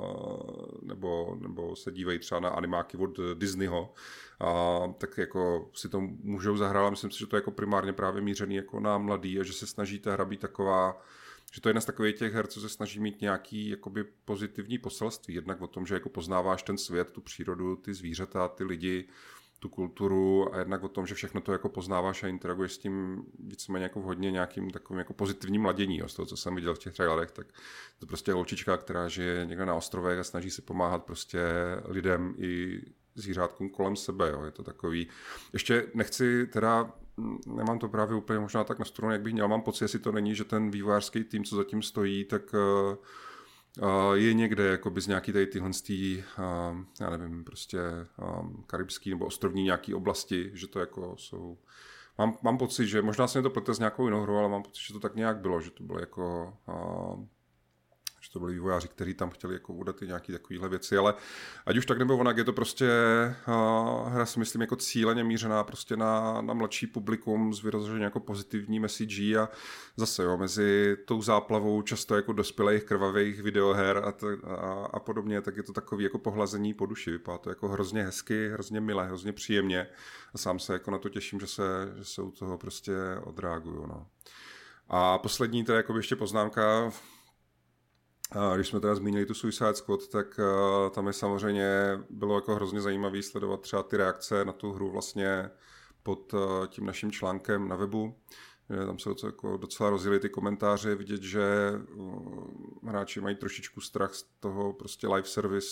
nebo se dívají třeba na animáky od Disneyho, tak jako si to můžou zahrát, ale myslím si, že to je jako primárně právě mířený jako na mladý a že se snaží ta hra být taková že to je jedna z takových těch her, co se snaží mít nějaký jakoby pozitivní poselství. Jednak o tom, že jako poznáváš ten svět, tu přírodu, ty zvířata, ty lidi, tu kulturu a jednak o tom, že všechno to jako poznáváš a interaguješ s tím víceméně jako v hodně nějakým takovým jako pozitivním ladění. Z toho, co jsem viděl v těch trailerech, tak to prostě holčička, která žije někde na ostrovech a snaží se pomáhat prostě lidem i zvířátkům kolem sebe. Jo. Je to takový... Ještě nechci teda, nemám to právě úplně možná tak nastudené, jak bych měl. Mám pocit, jestli to není, že ten vývojářský tým, co zatím stojí, tak je někde jakoby z nějaký tady tyhle já nevím, prostě karibský nebo ostrovní nějaký oblasti, že to jako jsou... Mám pocit, že možná se mi to plete s nějakou jinou hrou, ale mám pocit, že to tak nějak bylo, že to bylo jako... že to byli vývojáři, kteří tam chtěli jako udat i nějaké takovéhle věci, ale ať už tak nebo onak, je to prostě hra, si myslím, jako cíleně mířená prostě na mladší publikum s vyrozením jako pozitivní message a zase jo, mezi tou záplavou často jako dospělých krvavých videoher a podobně, tak je to takový jako pohlazení po duši, vypadá to jako hrozně hezky, hrozně milé, hrozně příjemně a sám se jako na to těším, že se u toho prostě odreaguju, no. A poslední teda jako ještě poznámka. Když jsme teda zmínili tu Suicide Squad, tak tam je samozřejmě bylo jako hrozně zajímavý sledovat třeba ty reakce na tu hru vlastně pod tím naším článkem na webu. Tam se jako docela rozjeli ty komentáře, vidět, že hráči mají trošičku strach z toho prostě live service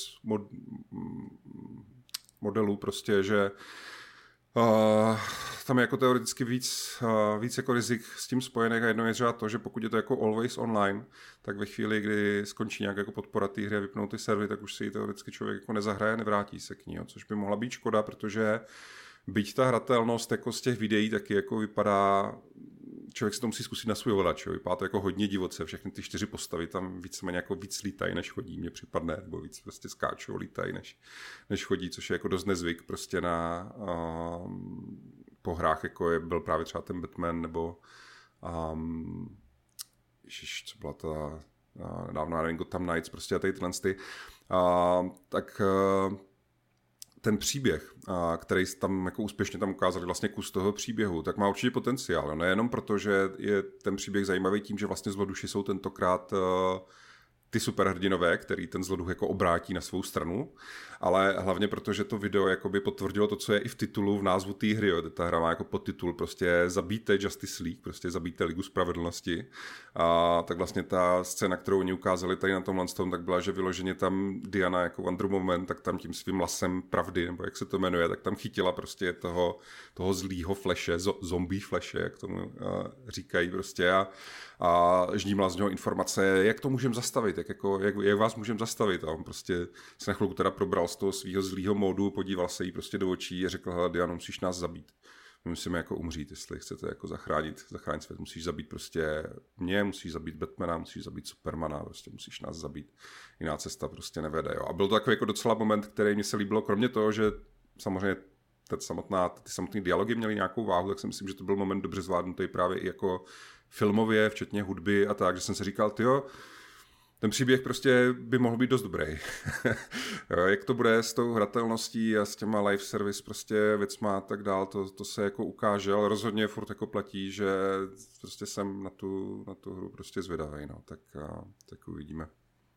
modelu, prostě, že tam je jako teoreticky víc jako rizik s tím spojených a jedno je třeba to, že pokud je to jako always online, tak ve chvíli, kdy skončí nějak jako podpora té hry a vypnou ty servery, tak už si ji teoreticky člověk jako nezahraje, nevrátí se k ní, což by mohla být škoda, protože byť ta hratelnost jako z těch videí taky jako vypadá, člověk si to musí zkusit na svůj ovladač, vypadá to jako hodně divoce, všechny ty 4 postavy tam víceméně jako víc lítají, než chodí, mně připadne, nebo víc prostě skáčou, lítají, než chodí, což je jako dost nezvyk prostě na po hrách, jako byl právě třeba ten Batman, nebo co byla ta nedávná Gotham Knights, prostě a tady tyhle tak ten příběh, který tam jako úspěšně tam ukázali vlastně kus toho příběhu, tak má určitě potenciál. Nejenom proto, že je ten příběh zajímavý tím, že vlastně zloduši jsou tentokrát ty superhrdinové, který ten zloduch jako obrátí na svou stranu, ale hlavně proto, že to video jakoby potvrdilo to, co je i v titulu, v názvu té hry. Jo. Ta hra má jako podtitul prostě zabijte Justice League, prostě zabijte Ligu spravedlnosti. A tak vlastně ta scéna, kterou oni ukázali tady na tomhle tom, tak byla, že vyloženě tam Diana jako Wonder Woman, tak tam tím svým lasem pravdy, nebo jak se to jmenuje, tak tam chytila prostě toho zlýho Flashe, zombie Flashe, jak tomu říkají prostě a ždímala z něho informace, jak to můžeme zastavit, jak vás můžeme zastavit. A on prostě se na chvilku teda probral z toho svého zlýho módu, podíval se jí prostě do očí a řekl, hele, Diano, musíš nás zabít. My musíme jako umřít, jestli chcete jako zachránit svět, musíš zabít prostě mě, musíš zabít Batmana, musíš zabít Supermana, prostě musíš nás zabít. Jiná cesta prostě nevede. Jo. A byl to takový jako docela moment, který mi se líbilo, kromě toho, že samozřejmě ty samotné dialogy měly nějakou váhu, tak si myslím, že to byl moment dobře zvládnutý právě i jako filmově, včetně hudby a tak, že jsem se říkal, ten příběh prostě by mohl být dost dobrý. Jak to bude s tou hratelností a s těma live service prostě věcma a tak dál, to se jako ukáže, ale rozhodně furt jako platí, že prostě jsem na tu hru prostě zvědavej, no, tak uvidíme.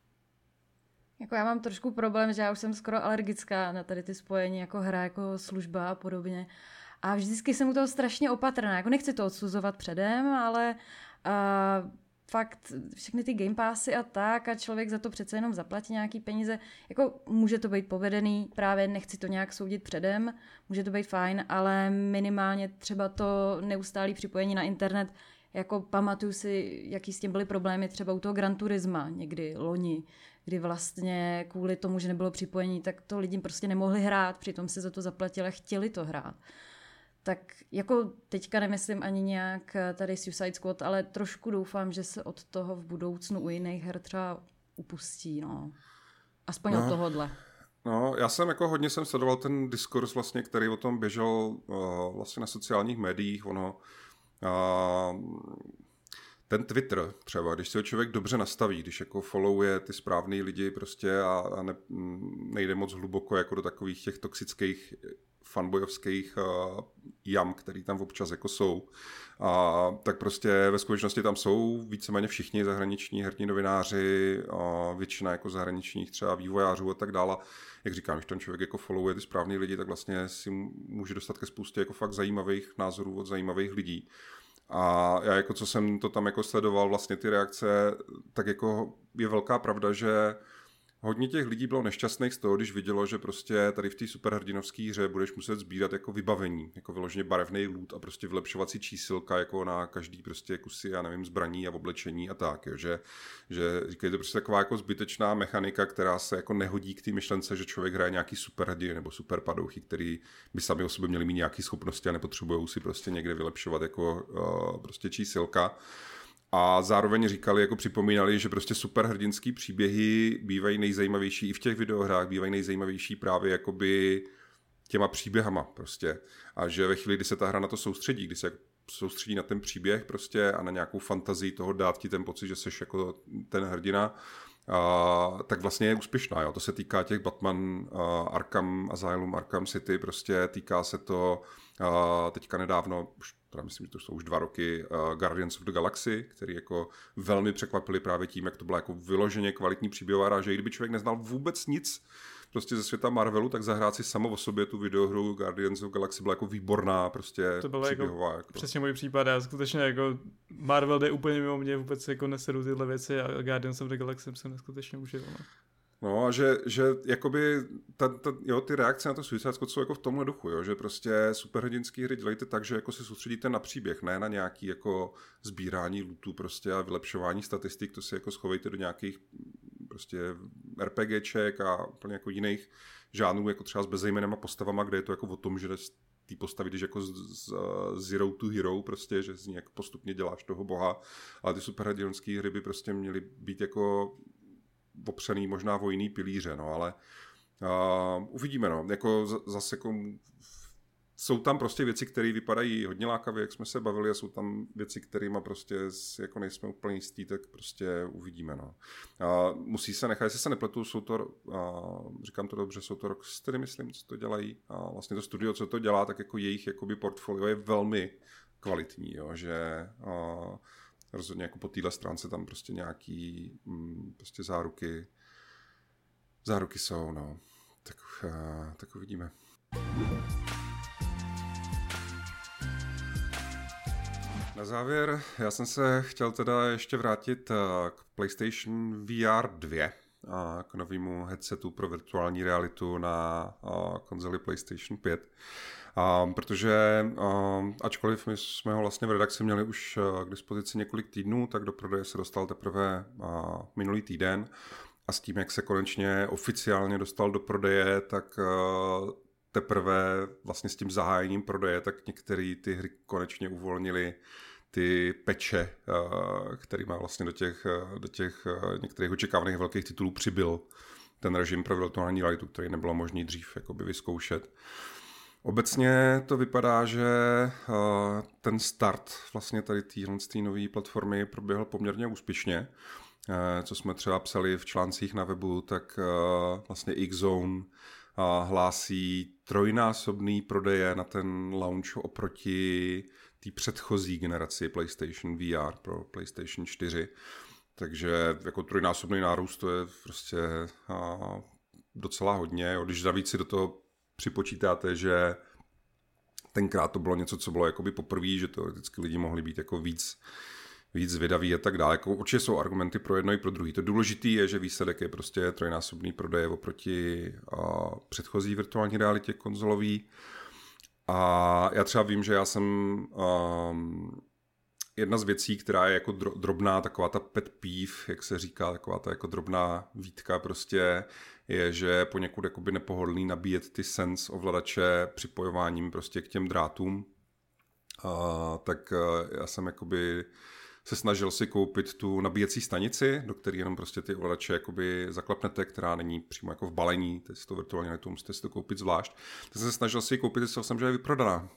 Jako já mám trošku problém, že já už jsem skoro alergická na tady ty spojení jako hra, jako služba a podobně. A vždycky jsem u toho strašně opatrná. Jako nechci to odsuzovat předem, ale fakt všechny ty Game Passy a tak a člověk za to přece jenom zaplatí nějaký peníze. Jako může to být povedený, právě nechci to nějak soudit předem, může to být fajn, ale minimálně třeba to neustálé připojení na internet, jako pamatuju si, jaký s tím byly problémy třeba u toho Gran Turisma někdy loni, kdy vlastně kvůli tomu, že nebylo připojení, tak to lidi prostě nemohli hrát, přitom si za to zaplatili a chtěli to hrát. Tak jako teďka nemyslím ani nějak tady Suicide Squad, ale trošku doufám, že se od toho v budoucnu u jiných her třeba upustí, no. Aspoň od tohohle.
No, já jsem jako hodně sledoval ten diskurs vlastně, který o tom běžel vlastně na sociálních médiích, ten Twitter třeba, když si ho člověk dobře nastaví, když jako followuje ty správný lidi prostě a nejde moc hluboko jako do takových těch toxických fanboyovských jam, který tam občas jako jsou. Tak prostě ve skutečnosti tam jsou víceméně všichni zahraniční herní novináři, většina jako zahraničních třeba vývojářů a tak dále. Jak říkám, když ten člověk jako followuje ty správný lidi, tak vlastně si může dostat ke spoustě jako fakt zajímavých názorů od zajímavých lidí. A já jako co jsem to tam jako sledoval, vlastně ty reakce, tak jako je velká pravda, že hodně těch lidí bylo nešťastných z toho, když vidělo, že prostě tady v té superhrdinovské hře budeš muset sbírat jako vybavení, jako vyloženě barevný loot a prostě vylepšovat si čísilka jako na každý prostě kusy, já nevím, zbraní a oblečení a tak, jo, že říkají to prostě taková jako zbytečná mechanika, která se jako nehodí k té myšlence, že člověk hraje nějaký superhrdiny nebo superpadouchy, který by sami o sobě měli mít nějaké schopnosti a nepotřebují si prostě někde vylepšovat jako prostě čísilka. A zároveň říkali, jako připomínali, že prostě superhrdinský příběhy bývají nejzajímavější i v těch videohrách, bývají nejzajímavější právě jakoby těma příběhama prostě. A že ve chvíli, kdy se ta hra na to soustředí, kdy se soustředí na ten příběh prostě a na nějakou fantazii toho dát ti ten pocit, že jsi jako ten hrdina, tak vlastně je úspěšná. Jo. To se týká těch Batman, Arkham Asylum, Arkham City, prostě týká se to teďka nedávno, myslím, že to jsou už 2 roky, Guardians of the Galaxy, který jako velmi překvapili právě tím, jak to byla jako vyloženě kvalitní příběhová hra, že i kdyby člověk neznal vůbec nic prostě ze světa Marvelu, tak zahrát si samo o sobě tu videohru Guardians of the Galaxy byla jako výborná, prostě
to byla
příběhová.
Jako přesně můj případ, já skutečně jako Marvel jde úplně mimo mě, vůbec jako nesedu tyhle věci a Guardians of the Galaxy jsem neskutečně užil.
No a že jakoby ty reakce na to Suicide Squad jsou jako v tomhle duchu, jo? Že prostě superhrdinský hry dělejte tak, že jako se soustředíte na příběh, ne na nějaký jako sbírání lootu prostě a vylepšování statistik, to si jako schovejte do nějakých prostě RPGček a úplně jako jiných žánrů, jako třeba s bezejmenema postavama, kde je to jako o tom, že ty postavy jdeš jako z zero to hero, prostě, že z ní jako postupně děláš toho boha, ale ty superhrdinské hry by prostě měly být jako opřený možná o jiný pilíře, no, ale uvidíme, no, jako zase jako jsou tam prostě věci, které vypadají hodně lákavě, jak jsme se bavili, a jsou tam věci, kterýma prostě jako nejsme úplně jistí, tak prostě uvidíme, no. Musí se nechat, jestli se nepletu, jsou to, říkám to dobře, jsou to Rocksteady, myslím, co to dělají, a vlastně to studio, co to dělá, tak jako jejich jakoby portfolio je velmi kvalitní, jo, že rozhodně jako po téhle stránce tam prostě nějaký prostě záruky jsou, no. Tak uvidíme. Na závěr, já jsem se chtěl teda ještě vrátit k PlayStation VR 2 a k novému headsetu pro virtuální realitu na konzoli PlayStation 5. Protože ačkoliv my jsme ho vlastně v redakci měli už k dispozici několik týdnů, tak do prodeje se dostal teprve minulý týden a s tím, jak se konečně oficiálně dostal do prodeje, tak teprve vlastně s tím zahájením prodeje, tak některé ty hry konečně uvolnili ty peče, který má vlastně do těch některých očekávaných velkých titulů přibyl ten režim pro virtuální realitu, který nebylo možné dřív jakoby vyzkoušet. Obecně to vypadá, že ten start vlastně tady téhle nové platformy proběhl poměrně úspěšně. Co jsme třeba psali v článcích na webu, tak vlastně X-Zone hlásí trojnásobný prodeje na ten launch oproti té předchozí generaci PlayStation VR pro PlayStation 4. Takže jako trojnásobný nárůst to je prostě docela hodně. Když navíc si do toho připočítáte, že tenkrát to bylo něco, co bylo jakoby poprvé, že teoreticky lidi mohli být jako víc zvědaví a tak dále. Jako určitě jsou argumenty pro jedno i pro druhý. To důležité je, že výsledek je prostě trojnásobný prodej oproti předchozí virtuální realitě konzolový. A já třeba vím, že já jsem jedna z věcí, která je jako drobná, taková ta pet peeve, jak se říká, taková ta jako drobná výtka prostě, je, že poněkud jakoby nepohodlný nabíjet ty Sense ovladače připojováním prostě k těm drátům. Tak já jsem jakoby se snažil si koupit tu nabíjecí stanici, do které jenom prostě ty ovladače jakoby zaklepnete, která není přímo jako v balení, teď si to virtuálně realitou musíte si to koupit zvlášť. Tak jsem se snažil si ji koupit, zjistil jsem, že je vyprodaná.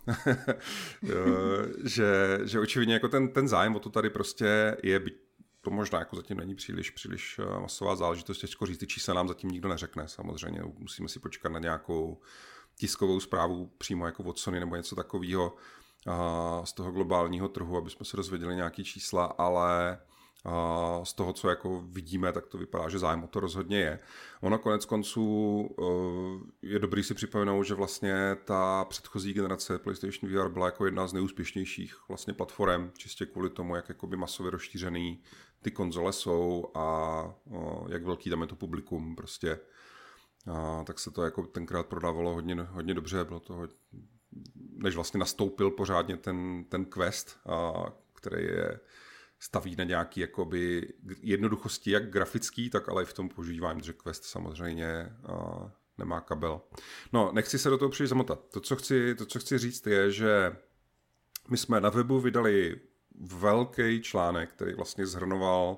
že očividně jako ten zájem o to tady prostě je, to možná jako zatím není příliš masová záležitost, těžko říct, ty čísla nám zatím nikdo neřekne samozřejmě, musíme si počkat na nějakou tiskovou zprávu přímo jako od Sony nebo něco takového z toho globálního trhu, aby jsme se dozvěděli nějaký čísla, ale z toho, co jako vidíme, tak to vypadá, že zájem o to rozhodně je. Ono konec konců je dobrý si připomenout, že vlastně ta předchozí generace PlayStation VR byla jako jedna z nejúspěšnějších vlastně platform, čistě kvůli tomu, jak jakoby masově rozšířený ty konzole jsou a jak velký tam je to publikum prostě. Tak se to jako tenkrát prodávalo hodně dobře, bylo to než vlastně nastoupil pořádně ten Quest, který je staví na nějaký jakoby jednoduchosti, jak grafický, tak ale i v tom používání, že Quest samozřejmě nemá kabel. No, nechci se do toho příliš zamotat. To, co chci říct, je, že my jsme na webu vydali velký článek, který vlastně shrnoval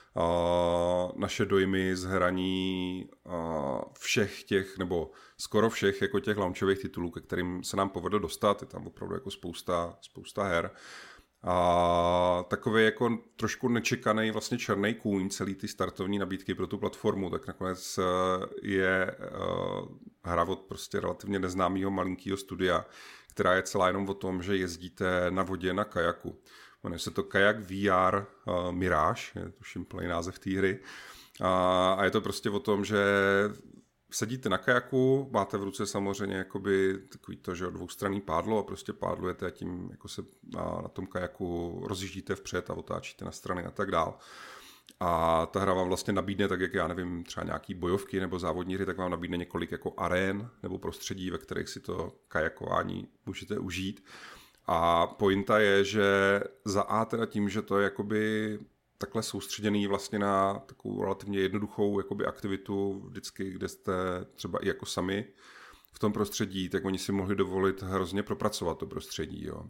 naše dojmy z hraní všech těch, nebo skoro všech jako těch launchových titulů, ke kterým se nám povedlo dostat. Je tam opravdu jako spousta her. A takový jako trošku nečekaný vlastně černý kůň celý ty startovní nabídky pro tu platformu, tak nakonec je hra od prostě relativně neznámého malinkého studia, která je celá jenom o tom, že jezdíte na vodě na kajaku. Jmenuje se to Kajak VR Mirage, je tuším plný název té hry. A je to prostě o tom, že sedíte na kajaku, máte v ruce samozřejmě jakoby takový to, že dvoustranný pádlo a prostě pádlujete a tím jako se na tom kajaku rozjíždíte vpřed a otáčíte na strany a tak dál. A ta hra vám vlastně nabídne, tak jak já nevím, třeba nějaký bojovky nebo závodní hry, tak vám nabídne několik jako arén nebo prostředí, ve kterých si to kajakování můžete užít. A pointa je, že za A teda tím, že to je jakoby takhle soustředěný vlastně na takovou relativně jednoduchou jakoby aktivitu vždycky, kde jste třeba i jako sami v tom prostředí, tak oni si mohli dovolit hrozně propracovat to prostředí. Jo.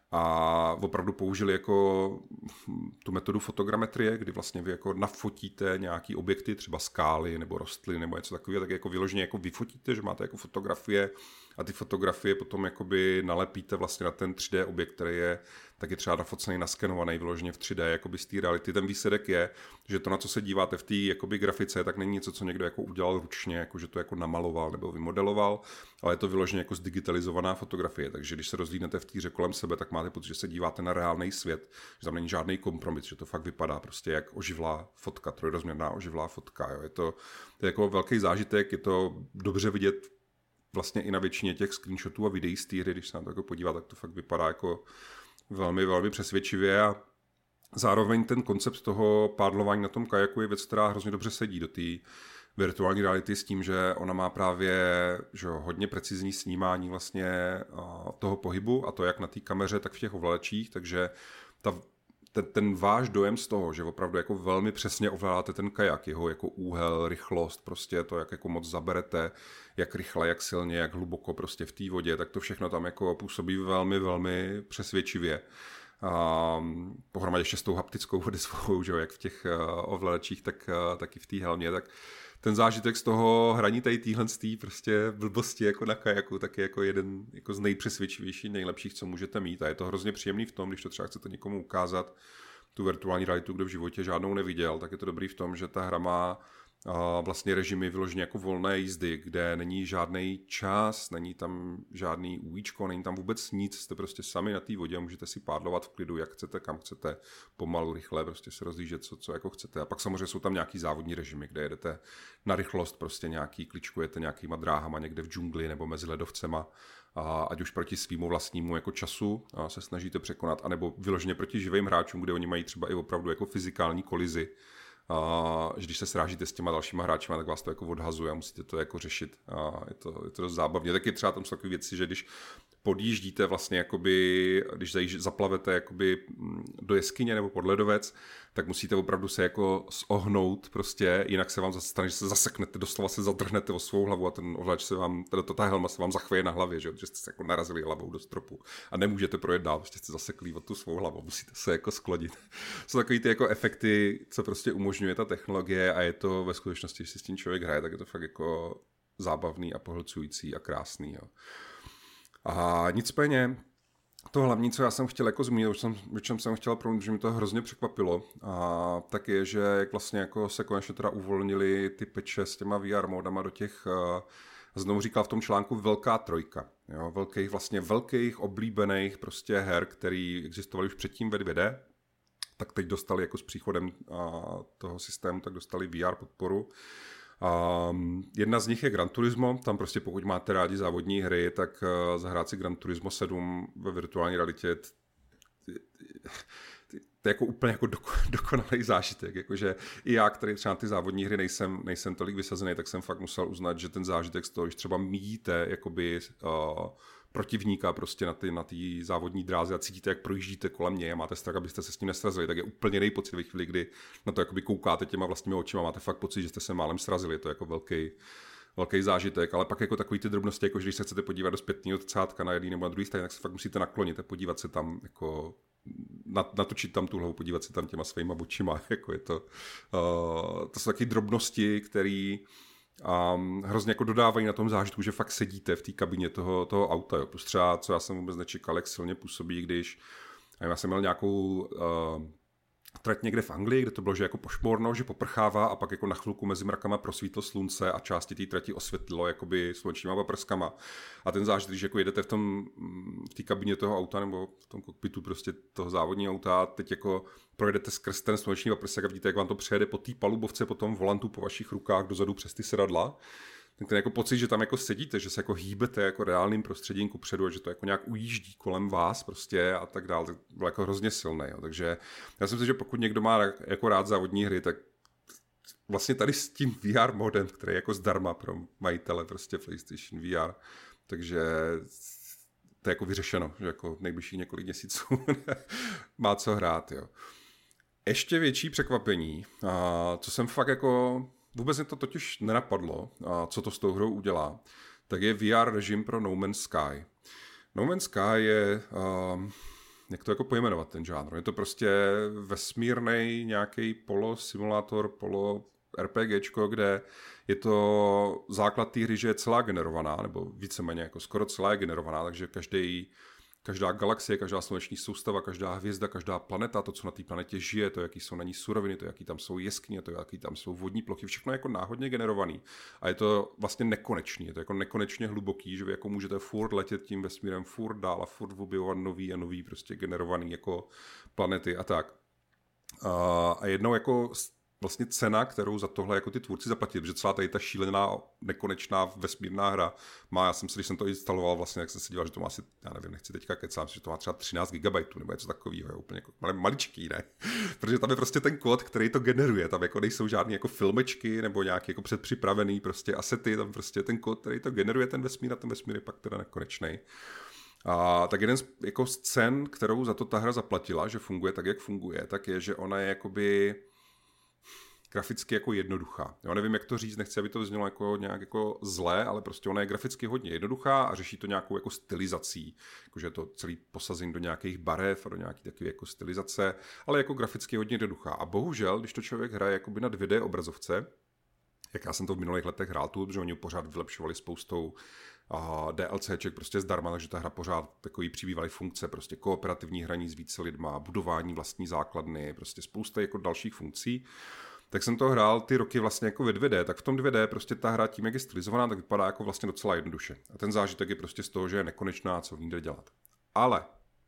A opravdu použili jako tu metodu fotogrametrie, kdy vlastně vy jako nafotíte nějaký objekty, třeba skály nebo rostliny nebo něco takového, tak jako vyloženě jako vyfotíte, že máte jako fotografie a ty fotografie potom jakoby nalepíte vlastně na ten 3D objekt, který je taky třeba nafocený, naskenovaný vyloženě v 3D, jakoby z té reality. Ten výsledek je, že to, na co se díváte v té jakoby grafice, tak není něco, co někdo jako udělal ručně, jako že to jako namaloval nebo vymodeloval, ale je to vyloženě jako zdigitalizovaná fotografie. Takže když se rozhlídnete v té hře kolem sebe, tak máte pocit, že se díváte na reálný svět, že tam není žádný kompromis, že to fakt vypadá prostě jak oživlá fotka, trojrozměrná oživlá fotka. Jo. Je to jako velký zážitek, je to dobře vidět vlastně i na většině těch screenshotů a videí z té hry, když se na to jako podívá, tak to fakt vypadá jako velmi, velmi přesvědčivě a zároveň ten koncept toho pádlování na tom kajaku je věc, která hrozně dobře sedí do té virtuální reality s tím, že ona má právě že hodně precizní snímání vlastně toho pohybu a to jak na té kameře, tak v těch ovladačích, takže ten váš dojem z toho, že opravdu jako velmi přesně ovládáte ten kajak, jeho jako úhel, rychlost, prostě to, jak jako moc zaberete, jak rychle, jak silně, jak hluboko prostě v té vodě, tak to všechno tam jako působí velmi, velmi přesvědčivě. Pohromadě ještě s tou haptickou odezvou, že jak v těch ovladačích, tak i v té helmě, tak ten zážitek z toho hraní téhle prostě blbosti jako na kajaku, tak je jako jeden jako z nejpřesvědčivějších, nejlepších, co můžete mít. A je to hrozně příjemný v tom, když to třeba chcete někomu ukázat, tu virtuální realitu, kdo v životě žádnou neviděl, tak je to dobrý v tom, že ta hra má vlastně režimy vyloženě jako volné jízdy, kde není žádný čas, není tam žádný UIčko, není tam vůbec nic, jste prostě sami na té vodě a můžete si pádlovat v klidu, jak chcete, kam chcete, pomalu, rychle, prostě se rozlížet, co jako chcete. A pak samozřejmě jsou tam nějaký závodní režimy, kde jedete na rychlost, prostě nějaký kličkujete nějakýma dráhama někde v džungli nebo mezi ledovcema, ať už proti svýmu vlastnímu jako času se snažíte překonat, anebo vyloženě proti živým hráčům, kde oni mají třeba i opravdu jako fyzikální kolizi, že když se srážíte s těma dalšíma hráčima, tak vás to jako odhazuje a musíte to jako řešit. Je to dost zábavně. Taky třeba tam jsou takové věci, že když podjíždíte vlastně jakoby, když zaplavete jakoby do jeskyně nebo pod ledovec, tak musíte opravdu se jako zohnout prostě, jinak se vám stane, že se zaseknete, doslova se zadrhnete o svou hlavu a ten ovladač se vám, ta helma se vám zachvěje na hlavě, že jste se jako narazili hlavou do stropu a nemůžete projet dál, prostě jste zaseklí od tu svou hlavu, musíte se jako sklonit. Jsou takový ty jako efekty, co prostě umožňuje ta technologie a je to ve skutečnosti, když si s tím člověk hraje, tak je to fakt jako zábavný a pohlcující a krásný. Jo. A nicméně to hlavní, co já jsem chtěl jako zmínit, o čem jsem chtěl promluvit, že mi to hrozně překvapilo, a tak je, že jak vlastně jako se konečně teda uvolnili ty peče s těma VR módama do těch, znovu říkal v tom článku, velká trojka. Jo, velkých oblíbených prostě her, který existovaly už předtím ve 2D, tak teď dostali jako s příchodem toho systému, tak dostali VR podporu. Jedna z nich je Gran Turismo, tam prostě pokud máte rádi závodní hry, tak zahrát si Gran Turismo 7 ve virtuální realitě to je jako úplně jako dokonalý zážitek, jakože i já, který třeba ty závodní hry nejsem tolik vysazený, tak jsem fakt musel uznat, že ten zážitek z toho, když třeba míjíte jakoby protivníka prostě na té závodní dráze a cítíte, jak projíždíte kolem něj a máte strach, abyste se s ním nesrazili, tak je úplně jiný pocit ve chvíli, kdy na to jakoby koukáte těma vlastními očima, máte fakt pocit, že jste se málem srazili, je to jako velký zážitek, ale pak jako takový ty drobnosti, jako když se chcete podívat do zpětného zrcátka na jedný nebo na druhý straně, tak se fakt musíte naklonit a podívat se tam jako natočit tam tu hlavu, podívat se tam těma svýma očima, jako je to jsou taky drobnosti, které hrozně jako dodávají na tom zážitku, že fakt sedíte v té kabině toho auta. Jo. Plus třeba, co já jsem vůbec nečekal, jak silně působí, když já jsem měl nějakou trať někde v Anglii, kde to bylo, že jako pošmorno, že poprchává a pak jako na chvilku mezi mrakama prosvítlo slunce a části té trati osvětlilo jakoby slunečníma paprskama. A ten zážitek, když jako jedete v té kabině toho auta nebo v tom kokpitu prostě toho závodního auta, teď jako projedete skrz ten sluneční paprsek a vidíte, jak vám to přejede po té palubovce, po tom volantu, po vašich rukách dozadu přes ty sedadla. Ten jako pocit, že tam jako sedíte, že se jako hýbete jako reálným prostředím kupředu a že to jako nějak ujíždí kolem vás prostě a tak dále, tak bylo jako hrozně silné. Jo. Takže já si myslím, že pokud někdo má jako rád závodní hry, tak vlastně tady s tím VR modem, který je jako zdarma pro majitele prostě PlayStation VR, takže to je jako vyřešeno, že jako nejbližších několik měsíců má co hrát. Jo. Ještě větší překvapení, co jsem fakt jako vůbec mě to totiž nenapadlo, co to s tou hrou udělá, tak je VR režim pro No Man's Sky. No Man's Sky je, jak to jako pojmenovat ten žánr, je to prostě vesmírnej nějaký polo-simulátor, polo-RPGčko, kde je to základ té hry, že je celá generovaná, nebo víceméně jako skoro celá je generovaná, takže každá galaxie, každá sluneční soustava, každá hvězda, každá planeta, to, co na té planetě žije, to, jaký jsou na ní suroviny, to, jaký tam jsou jeskyně, to, jaký tam jsou vodní plochy, všechno je jako náhodně generovaný. A je to vlastně nekonečný, je to jako nekonečně hluboký, že vy jako můžete furt letět tím vesmírem, furt dál a furt objevovat nový a nový prostě generovaný jako planety a tak. A jednou jako vlastně cena, kterou za tohle jako ty tvůrci zaplatili, protože celá tady ta šílená, nekonečná vesmírná hra má, já jsem si, když jsem to instaloval, vlastně, jak jsem se díval, že to má asi, já nevím, nechci teďka kecat, že to má třeba 13 GB nebo něco takového, je úplně jako maličký, ne? Protože tam je prostě ten kód, který to generuje, tam jako nejsou žádný jako filmečky nebo nějaký jako předpřipravený prostě asety, tam prostě ten kód, který to generuje ten vesmír a ten vesmír je pak teda nekonečný. A tak jeden z jako scén, kterou za to ta hra zaplatila, že funguje tak, jak funguje, tak je, že ona je jakoby graficky jako jednoduchá. Já nevím, jak to říct, nechci, aby to znělo jako nějak jako zlé, ale prostě ona je graficky hodně jednoduchá a řeší to nějakou jako stylizací, jakože je to celý posazen do nějakých barev a do nějaký takové jako stylizace, ale jako graficky hodně jednoduchá. A bohužel, když to člověk hraje jakoby na 2D obrazovce, jak já jsem to v minulých letech hrál tu, protože oni pořád vylepšovali spoustou DLCček prostě zdarma, takže ta hra pořád takový přibývaly funkce, prostě kooperativní hraní s více lidma, budování vlastní základny, prostě spousta jako dalších funkcí. Tak jsem to hrál ty roky vlastně jako ve 2D, tak v tom 2D prostě ta hra tím, jak je stylizovaná, tak vypadá jako vlastně docela jednoduše. A ten zážitek je prostě z toho, že je nekonečná, co v ní jde dělat. Ale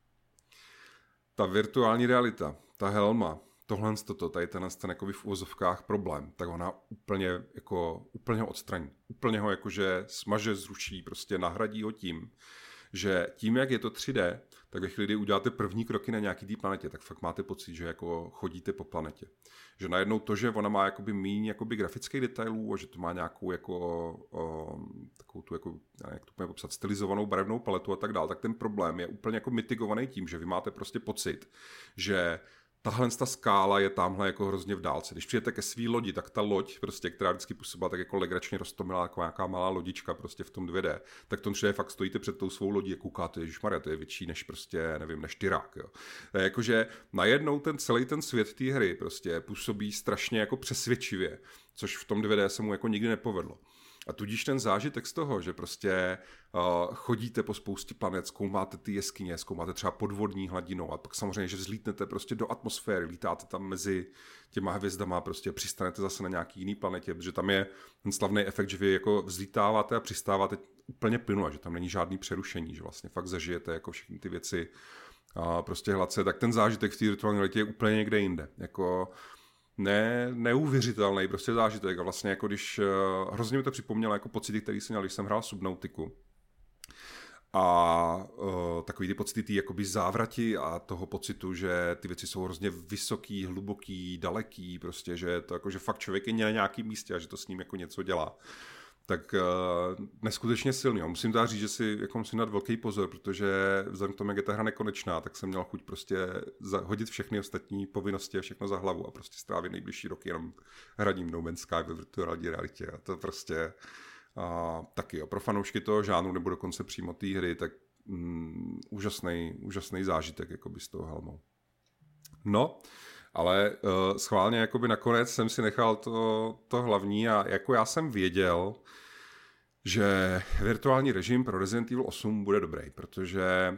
ta virtuální realita, ta helma, tohle tady ten jakoby v uvozovkách problém, tak ona úplně ho odstraní. Úplně ho jakože smaže, zruší, prostě nahradí ho tím, že tím, jak je to 3D, tak ve chvíli, kdy uděláte první kroky na nějaký té planetě, tak fakt máte pocit, že jako chodíte po planetě. Že najednou to, že ona má jakoby míň jakoby grafických detailů a že to má nějakou jako takovou tu jako, jak to můžeme popsat, stylizovanou barevnou paletu a tak dál, tak ten problém je úplně jako mitigovaný tím, že vy máte prostě pocit, že tahle ta skála je tamhle jako hrozně v dálce. Když přijete ke svý lodi, tak ta loď, prostě, která vždycky působila tak jako legračně roztomilá, jako nějaká malá lodička prostě v tom 2D, tak v tom 3D fakt stojíte před tou svou lodí a koukáte, ježišmarja, to je větší než prostě, nevím, než Tyrák, jo. Jakože najednou celý ten svět té hry prostě působí strašně jako přesvědčivě, což v tom 2D se mu jako nikdy nepovedlo. A tudíž ten zážitek z toho, že prostě chodíte po spoustě planet, zkoumáte ty jeskyně, zkoumáte třeba podvodní hladinou a pak samozřejmě, že vzlítnete prostě do atmosféry, lítáte tam mezi těma hvězdama, prostě přistanete zase na nějaký jiný planetě, protože tam je ten slavný efekt, že vy jako vzlítáváte a přistáváte úplně plynule, že tam není žádný přerušení, že vlastně fakt zažijete jako všechny ty věci prostě hladce, tak ten zážitek v té virtuální realitě je úplně někde jinde. Jako neuvěřitelný prostě zážitek a vlastně jako když hrozně mi to připomnělo jako pocity, který jsem měl, když jsem hrál Subnautiku a takový ty pocity tý jakoby závrati a toho pocitu, že ty věci jsou hrozně vysoký, hluboký, daleký, prostě, že to jako, že fakt člověk je na nějakém místě a že to s ním jako něco dělá. Tak neskutečně silný. Musím teda říct, že si jako musím dát velký pozor, protože vzhledem k tomu, jak je ta hra nekonečná, tak jsem měl chuť prostě hodit všechny ostatní povinnosti a všechno za hlavu a prostě strávit nejbližší roky jenom hraním No Man's Sky ve virtuální realitě. A to prostě taky jo. Pro fanoušky toho žánru nebo dokonce přímo té hry, tak úžasný zážitek jakoby s tou helmou. No, ale schválně jakoby nakonec jsem si nechal to hlavní a jako já jsem věděl, že virtuální režim pro Resident Evil 8 bude dobrý, protože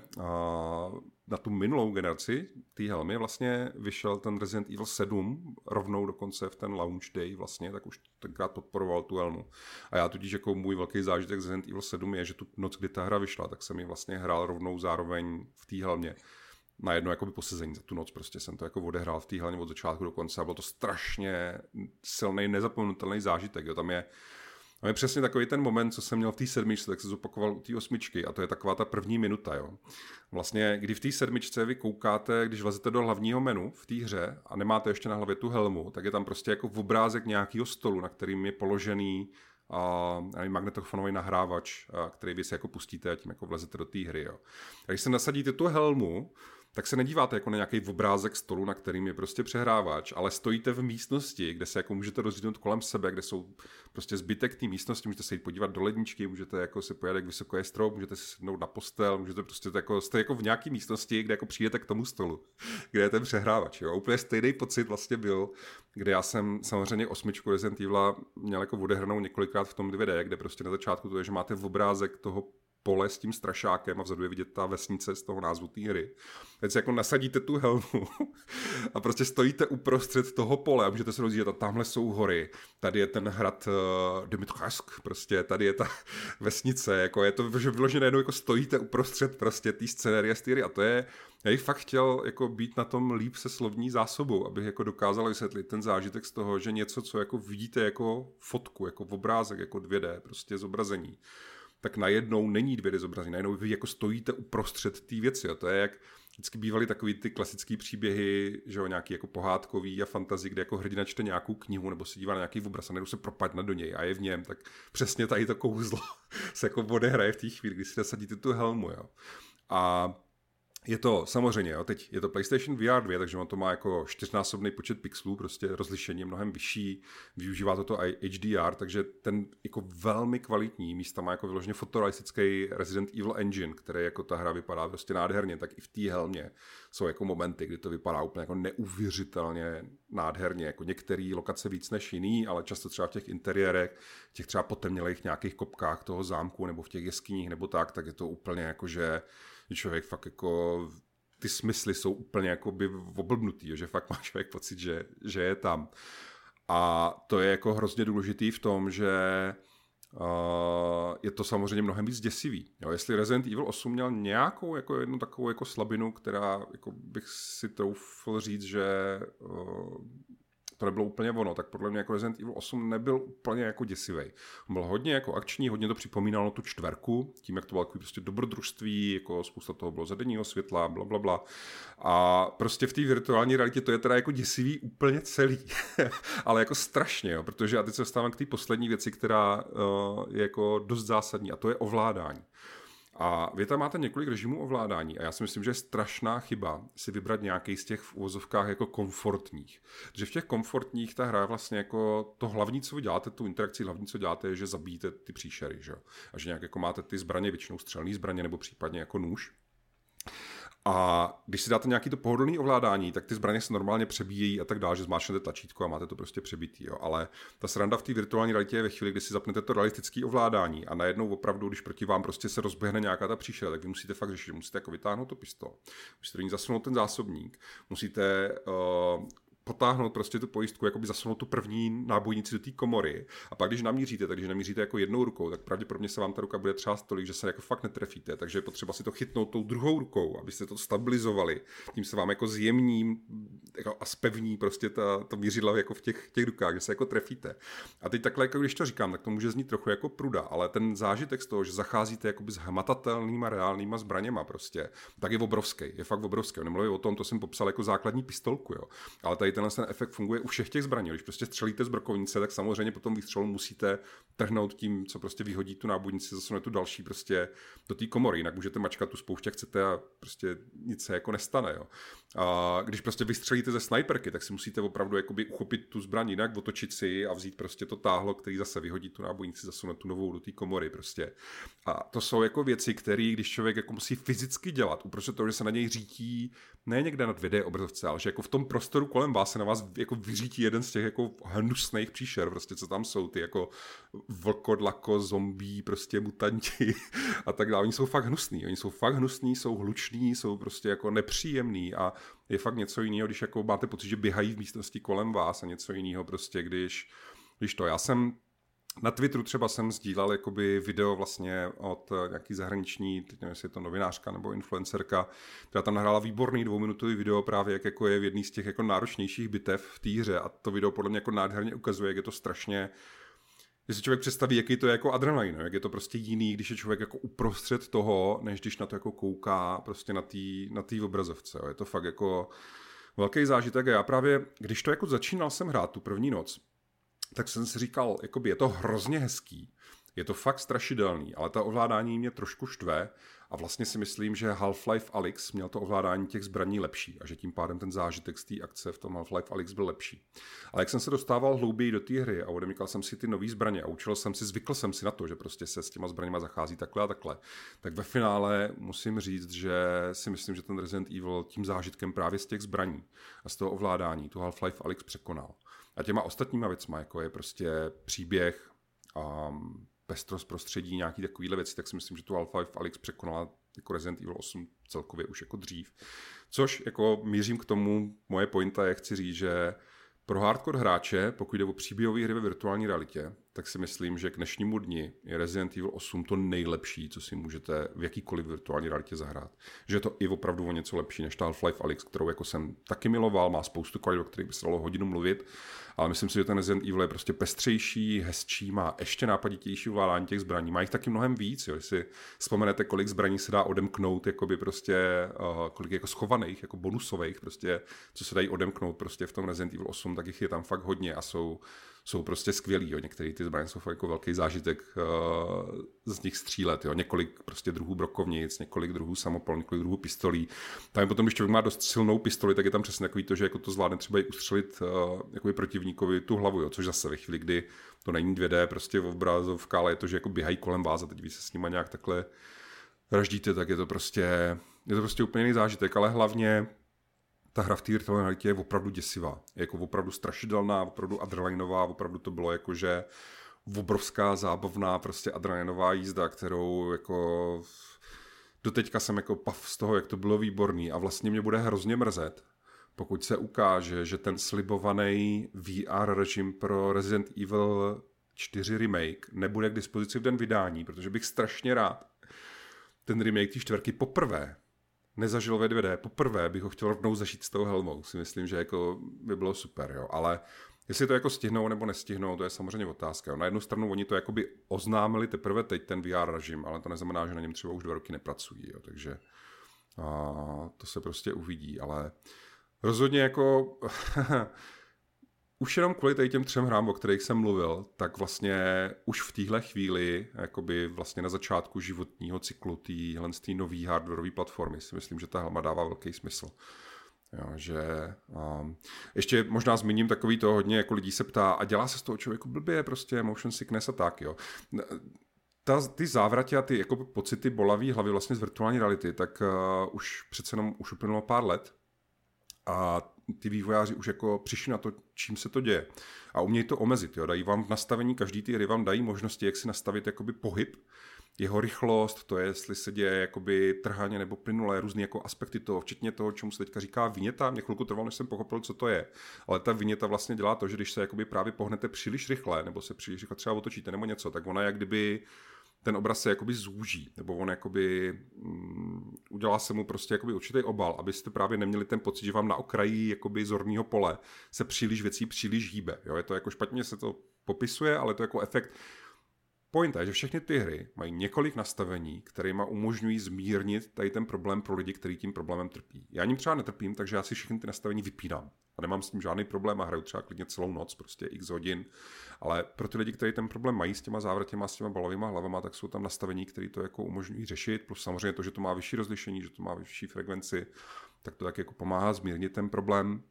na tu minulou generaci té helmy vlastně vyšel ten Resident Evil 7 rovnou dokonce v ten launch day vlastně, tak už tenkrát podporoval tu helmu. A já tudíž jako můj velký zážitek z Resident Evil 7 je, že tu noc, kdy ta hra vyšla, tak jsem ji vlastně hrál rovnou zároveň v té helmě. Na jedno jakoby posezení za tu noc, prostě jsem to jako odehrál v té helmě od začátku do konce a bylo to strašně silný, nezapomenutelný zážitek. Jo. Tam je přesně takový ten moment, co jsem měl v té 7, tak se zopakoval u té 8 a to je taková ta první minuta. Jo. Vlastně, kdy v té 7 vy koukáte, když vlezete do hlavního menu v té hře a nemáte ještě na hlavě tu helmu, tak je tam prostě jako obrázek nějakého stolu, na kterým je položený magnetofonový nahrávač, který vy si jako pustíte a tím jako vlezete do té hry. Jo. A když se nasadíte tu helmu, tak se nedíváte jako na nějaký obrázek stolu, na kterým je prostě přehrávač, ale stojíte v místnosti, kde se jako můžete rozhlídnout kolem sebe, kde jsou prostě zbytek té místnosti, můžete se jít podívat do ledničky, můžete jako si pojet, jak vysoko je strop, můžete si sednout na postel, můžete prostě jste jako v nějaké místnosti, kde jako přijdete k tomu stolu, kde je ten přehrávač. Jo. Úplně stejný pocit vlastně byl, kde já jsem samozřejmě 8 Resident Evil měl jako odehranou několikrát v tom 2D, kde prostě na začátku to je, že máte obrázek toho pole s tím strašákem a vzadu je vidět ta vesnice z toho názvu té hry. Teď si jako nasadíte tu helmu a prostě stojíte uprostřed toho pole a můžete se rozdílet a tamhle jsou hory, tady je ten hrad Dimitrovsk, prostě tady je ta vesnice, jako je to, že vyloženě najednou jako stojíte uprostřed prostě té scénérie z té hry a to je, já bych fakt chtěl jako být na tom líp se slovní zásobou, abych jako dokázal vysvětlit ten zážitek z toho, že něco, co jako vidíte jako fotku, jako obrázek, jako 2D, prostě zobrazení, tak najednou není 2D zobrazení, najednou vy jako stojíte uprostřed té věci. A to je jak vždycky bývaly takový ty klasický příběhy, že jo, nějaký jako pohádkový a fantasy, kde jako hrdina čte nějakou knihu nebo se dívá na nějaký obraz a najednou se propadne do něj a je v něm, tak přesně tady to kouzlo se jako odehraje v té chvíli, kdy si nasadíte tu helmu, jo. A je to samozřejmě, jo, teď je to PlayStation VR 2, takže on to má jako 4násobný počet pixelů, prostě rozlišení je mnohem vyšší, využívá toto i HDR, takže ten jako velmi kvalitní místa má jako vyloženě fotorealistický Resident Evil Engine, který jako ta hra vypadá prostě nádherně, tak i v té helmě jsou jako momenty, kdy to vypadá úplně jako neuvěřitelně nádherně, jako některé lokace víc než jiný, ale často třeba v těch interiérech, těch třeba potemnělých nějakých kopkách toho zámku nebo v těch jeskyních nebo tak je to úplně jako, že člověk fakt jako, ty smysly jsou úplně jako by oblbnutý, že fakt má člověk pocit, že je tam. A to je jako hrozně důležitý v tom, že je to samozřejmě mnohem víc děsivý. Jo, jestli Resident Evil 8 měl nějakou jako jednu takovou jako slabinu, která jako bych si troufl říct, že to nebylo úplně ono, tak podle mě jako Resident Evil 8 nebyl úplně jako děsivej. On byl hodně jako akční, hodně to připomínalo tu 4, tím, jak to bylo prostě dobrodružství, jako spousta toho bylo za denního světla, blablabla. A prostě v té virtuální realitě to je teda jako děsivý úplně celý. Ale jako strašně, jo, protože já teď se dostávám k té poslední věci, která je jako dost zásadní, a to je ovládání. A vy tam máte několik režimů ovládání a já si myslím, že je strašná chyba si vybrat nějaký z těch v uvozovkách jako komfortních. Protože v těch komfortních ta hra vlastně jako to hlavní, co vy děláte, tu interakci hlavní, co děláte, je, že zabíjíte ty příšery, že? A že nějak jako máte ty zbraně, většinou střelné zbraně nebo případně jako nůž. A když si dáte nějaký to pohodlný ovládání, tak ty zbraně se normálně přebíjejí a tak dále, že zmáčknete tlačítko a máte to prostě přebitý. Jo. Ale ta sranda v té virtuální realitě je ve chvíli, kdy si zapnete to realistické ovládání a najednou opravdu, když proti vám prostě se rozběhne nějaká ta příšera, tak vy musíte fakt řešit, musíte jako vytáhnout to pistol, musíte do ní zasunout ten zásobník, musíte potáhnout prostě tu pojistku, jakoby zasunout tu první nábojnici do té komory. A pak, když namíříte, tak když namíříte jako jednou rukou, tak pravděpodobně se vám ta ruka bude třást tolik, že se jako fakt netrefíte. Takže je potřeba si to chytnout tou druhou rukou, abyste to stabilizovali. Tím se vám jako zjemní jako a zpevní prostě to mířidlo jako v těch rukách, že se jako trefíte. A teď takhle, jako když to říkám, tak to může znít trochu jako pruda, ale ten zážitek z toho, že zacházíte jakoby s hmatatelnýma reálnýma zbraněma prostě, tak je obrovský, je fakt obrovský. Nemluvím o tom, to jsem popsal jako základní pistolku, jo. Ale tady ten efekt funguje u všech těch zbraní. Když prostě střelíte z brokovnice, tak samozřejmě po tom výstřelu musíte trhnout tím, co prostě vyhodí tu nábojnici, zasune tu další prostě do té komory. Jinak můžete mačkat tu spoušť, jak chcete a prostě nic se jako nestane. Jo. A když prostě vystřelíte ze snajperky, tak si musíte opravdu jakoby uchopit tu zbraň jinak, otočit si a vzít prostě to táhlo, který zase vyhodí tu nábojnici, zasune tu novou do té komory prostě. A to jsou jako věci, které když člověk jako musí fyzicky dělat, uprostřed toho, že se na něj řítí ne někde na 2D obrazovce, ale že jako v tom prostoru kolem vás se na vás jako vyřítí jeden z těch jako hnusných příšer, prostě co tam jsou, ty jako vlkodlako, zombie, prostě mutanti a tak dále. Oni jsou fakt hnusný, jsou hluční, jsou prostě jako nepříjemný a je fakt něco jiného, když jako máte pocit, že běhají v místnosti kolem vás a něco jiného prostě, když to. Já jsem na Twitteru třeba jsem sdílel jakoby video vlastně od nějaký zahraniční, teď nevím, jestli je to novinářka nebo influencerka, která tam nahrála výborný 2minutový video právě, jak jako je v jedný z těch jako náročnějších bitev v té hře a to video podle mě jako nádherně ukazuje, jak je to strašně, když si člověk představí, jaký to je jako adrenalin, jak je to prostě jiný, když je člověk jako uprostřed toho, než když na to jako kouká prostě na té obrazovce. Jo. Je to fakt jako velký zážitek a já právě, když to jako začínal jsem hrát tu první noc, tak jsem si říkal, jakoby je to hrozně hezký, je to fakt strašidelný, ale ta ovládání mě trošku štve a vlastně si myslím, že Half-Life Alyx měl to ovládání těch zbraní lepší a že tím pádem ten zážitek z té akce v tom Half-Life Alyx byl lepší. Ale jak jsem se dostával hlouběji do té hry a odemykal jsem si ty nové zbraně a zvykl jsem si na to, že prostě se s těma zbraněma zachází takhle a takhle, tak ve finále musím říct, že si myslím, že ten Resident Evil tím zážitkem právě z těch zbraní a z toho ovládání tu Half-Life Alyx překonal. A těma ostatníma věcma, jako je prostě příběh, pestrost prostředí, nějaký takovýhle věci, tak si myslím, že tu Half-Life Alyx překonala jako Resident Evil 8 celkově už jako dřív. Což jako mířím k tomu, moje pointa je, chci říct, že pro hardcore hráče, pokud jde o příběhové hry ve virtuální realitě, tak si myslím, že k dnešnímu dni je Resident Evil 8 to nejlepší, co si můžete v jakýkoliv virtuální realitě zahrát. Že je to i opravdu o něco lepší než ta Half-Life Alyx, kterou jako jsem taky miloval, má spoustu kvalit, o kterých by se dalo hodinu mluvit, ale myslím si, že ten Resident Evil je prostě pestřejší, hezčí, má ještě nápaditější ovládání těch zbraní, má jich taky mnohem víc, jo. Když si vzpomenete, kolik zbraní se dá odemknout, jakoby prostě, kolik jako schovaných, jako bonusových, prostě, co se dají odemknout prostě v tom Resident Evil 8, tak jich je tam fakt hodně a jsou prostě skvělý, jo. Některé ty zbraně jsou fakt jako velký zážitek z nich střílet, jo. Několik prostě druhů brokovnic, několik druhů samopal, několik druhů pistolí. Tam potom, když člověk má dost silnou pistoli, tak je tam přesně takový to, že jako to zvládne třeba i ustřelit jakoby protivníkovi tu hlavu, jo. Což zase ve chvíli, kdy to není 2D prostě v obrazovka, ale je to, že jako běhají kolem vás a teď vy se s nima nějak takhle raždíte, tak je to prostě úplně jiný zážitek, ale hlavně ta hra v té virtuální realitě je opravdu děsivá. Je jako opravdu strašidelná, opravdu adrenalinová, opravdu to bylo jakože obrovská zábavná prostě adrenalinová jízda, kterou jako doteďka jsem jako pav z toho, jak to bylo výborný a vlastně mě bude hrozně mrzet, pokud se ukáže, že ten slibovaný VR režim pro Resident Evil 4 remake nebude k dispozici v den vydání, protože bych strašně rád ten remake té 4 poprvé nezažil ve 2D. Poprvé bych ho chtěl rovnou zažít s tou helmou. Si myslím, že jako by bylo super, jo. Ale jestli to jako stihnou nebo nestihnou, to je samozřejmě otázka. Jo. Na jednu stranu oni to jakoby oznámili teprve teď ten VR režim, ale to neznamená, že na něm třeba už 2 roky nepracují, jo. Takže to se prostě uvidí, ale rozhodně jako už jenom kvůli těm 3 hrám, o kterých jsem mluvil, tak vlastně už v téhle chvíli, jakoby vlastně na začátku životního cyklu téhle nový hardwareové platformy, si myslím, že ta helma dává velký smysl. Jo, že ještě možná zmíním takový to, hodně jako lidí se ptá, a dělá se z toho člověku blbě, prostě motion sickness a tak, jo. Ty závratě a ty jako pocity bolavý hlavy vlastně z virtuální reality, tak už přece jenom už uplynulo pár let a ty vývojáři už jako přišli na to, čím se to děje. A umějí to omezit, jo. Dají vám v nastavení, každý ty hry vám dají možnosti, jak si nastavit jakoby pohyb, jeho rychlost, to je, jestli se děje jakoby trhaně nebo plynulé, různý jako aspekty toho, včetně toho, čemu se teďka říká viněta. Mě chvilku trvalo, než jsem pochopil, co to je. Ale ta viněta vlastně dělá to, že když se jakoby právě pohnete příliš rychle, nebo se příliš rychle třeba otočíte nebo něco, tak ona jak kdyby ten obraz se jakoby zúží, nebo on jakoby udělá se mu prostě jakoby určitý obal, abyste právě neměli ten pocit, že vám na okraji jakoby zorného pole se příliš věcí příliš hýbe. Jo? Je to jako špatně se to popisuje, ale to je jako efekt. Pointa je, že všechny ty hry mají několik nastavení, kterýma umožňují zmírnit tady ten problém pro lidi, kteří tím problémem trpí. Já ním třeba netrpím, takže já si všechny ty nastavení vypínám. A nemám s tím žádný problém a hraju třeba klidně celou noc, prostě x hodin. Ale pro ty lidi, kteří ten problém mají s těma závratěma, s těma balovýma hlavama, tak jsou tam nastavení, které to jako umožňují řešit. Plus samozřejmě to, že to má vyšší rozlišení, že to má vyšší frekvenci, tak to tak jako pomáhá zmírnit ten problém.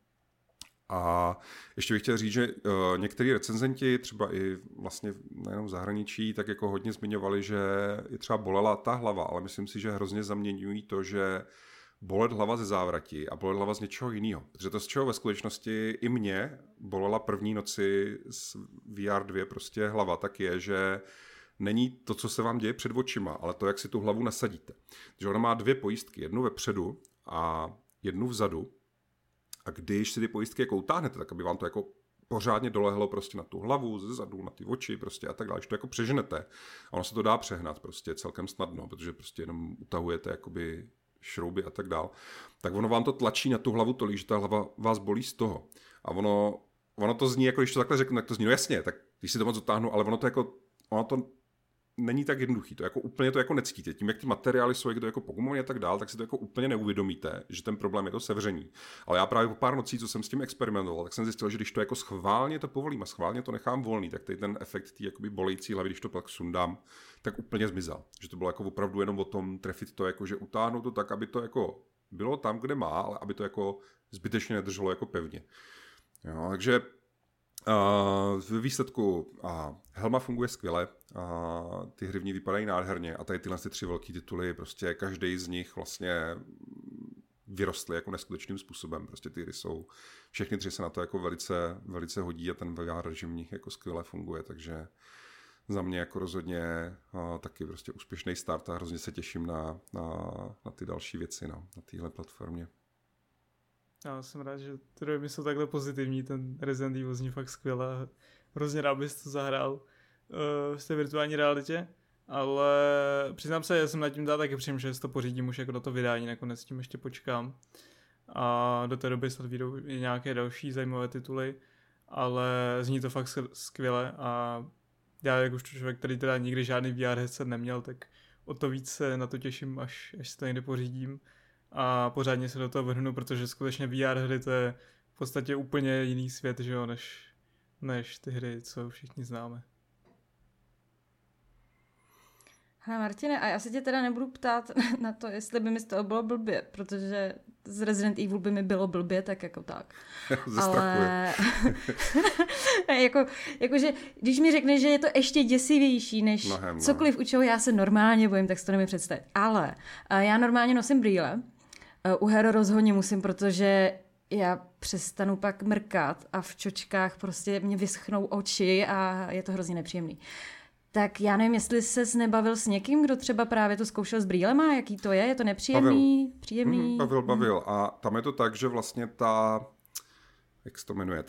A ještě bych chtěl říct, že některý recenzenti, třeba i vlastně nejenom v zahraničí, tak jako hodně zmiňovali, že je třeba bolela ta hlava, ale myslím si, že hrozně zaměňují to, že bolet hlava ze závratí a bolet hlava z něčeho jiného. Protože to, z čeho ve skutečnosti i mě bolela první noci z VR 2 prostě hlava, tak je, že není to, co se vám děje před očima, ale to, jak si tu hlavu nasadíte. Takže ona má 2 pojistky, jednu vepředu a jednu vzadu. A když si ty pojistky jako utáhnete, tak aby vám to jako pořádně dolehlo prostě na tu hlavu, ze zadu, na ty oči prostě a tak dále. Když to jako přeženete, a ono se to dá přehnat prostě celkem snadno, protože prostě jenom utahujete jakoby šrouby a tak dále, tak ono vám to tlačí na tu hlavu tolik, že ta hlava vás bolí z toho. A ono to zní, jako když to takhle řeknu, tak to zní, no jasně, tak když si to moc utáhnu, ale ono to není tak jednoduchý, to jako úplně to jako necítíte. Tím, jak ty materiály jsou, jak to jako pogumované a tak dál, tak si to jako úplně neuvědomíte, že ten problém je to sevření. Ale já právě po pár nocí, co jsem s tím experimentoval, tak jsem zjistil, že když to jako schválně to povolím a schválně to nechám volný, tak tady ten efekt tý jakoby bolející hlavy, když to pak sundám, tak úplně zmizel. Že to bylo jako opravdu jenom o tom trefit to, jako že utáhnout to tak, aby to jako bylo tam, kde má, ale aby to jako zbytečně nedrželo jako pevně. Jo, takže ve výsledku helma funguje skvěle, ty hry v ní vypadají nádherně a tady tyhle 3 velký tituly, prostě každý z nich vlastně vyrostly jako neskutečným způsobem. Prostě ty hry jsou, všechny 3 se na to jako velice, velice hodí a ten VR režim v nich jako skvěle funguje, takže za mě jako rozhodně taky prostě úspěšný start a hrozně se těším na ty další věci na téhle platformě.
Já jsem rád, že ty dojmy jsou takhle pozitivní, ten Resident Evil zní fakt skvěle. Hrozně rád bys to zahrál v té virtuální realitě, ale přiznám se, já jsem nad tím dál taky přemýšlel, že to pořídím už jako do to vydání, nakonec s tím ještě počkám. A do té doby snad vyjdou i nějaké další zajímavé tituly, ale zní to fakt skvěle a já jako člověk, který teda nikdy žádný VR headset neměl, tak o to víc se na to těším, až se to někdy pořídím. A pořádně se do toho vrhnu, protože skutečně VR hry to je v podstatě úplně jiný svět, že jo, než ty hry, co všichni známe.
Hele Martine, a já se tě teda nebudu ptát na to, jestli by mi z toho bylo blbě, protože z Resident Evil by mi bylo blbě, tak jako tak. Ale jakože, když mi řekneš, že je to ještě děsivější než cokoliv, u čeho já se normálně bojím, tak si to nemůžu představit. Ale já normálně nosím brýle, u her rozhodně musím, protože já přestanu pak mrkat a v čočkách prostě mě vyschnou oči a je to hrozně nepříjemný. Tak já nevím, jestli ses nebavil s někým, kdo třeba právě to zkoušel s brýlema, jaký to je to nepříjemný, příjemný?
Bavil. A tam je to tak, že vlastně jak se to jmenuje,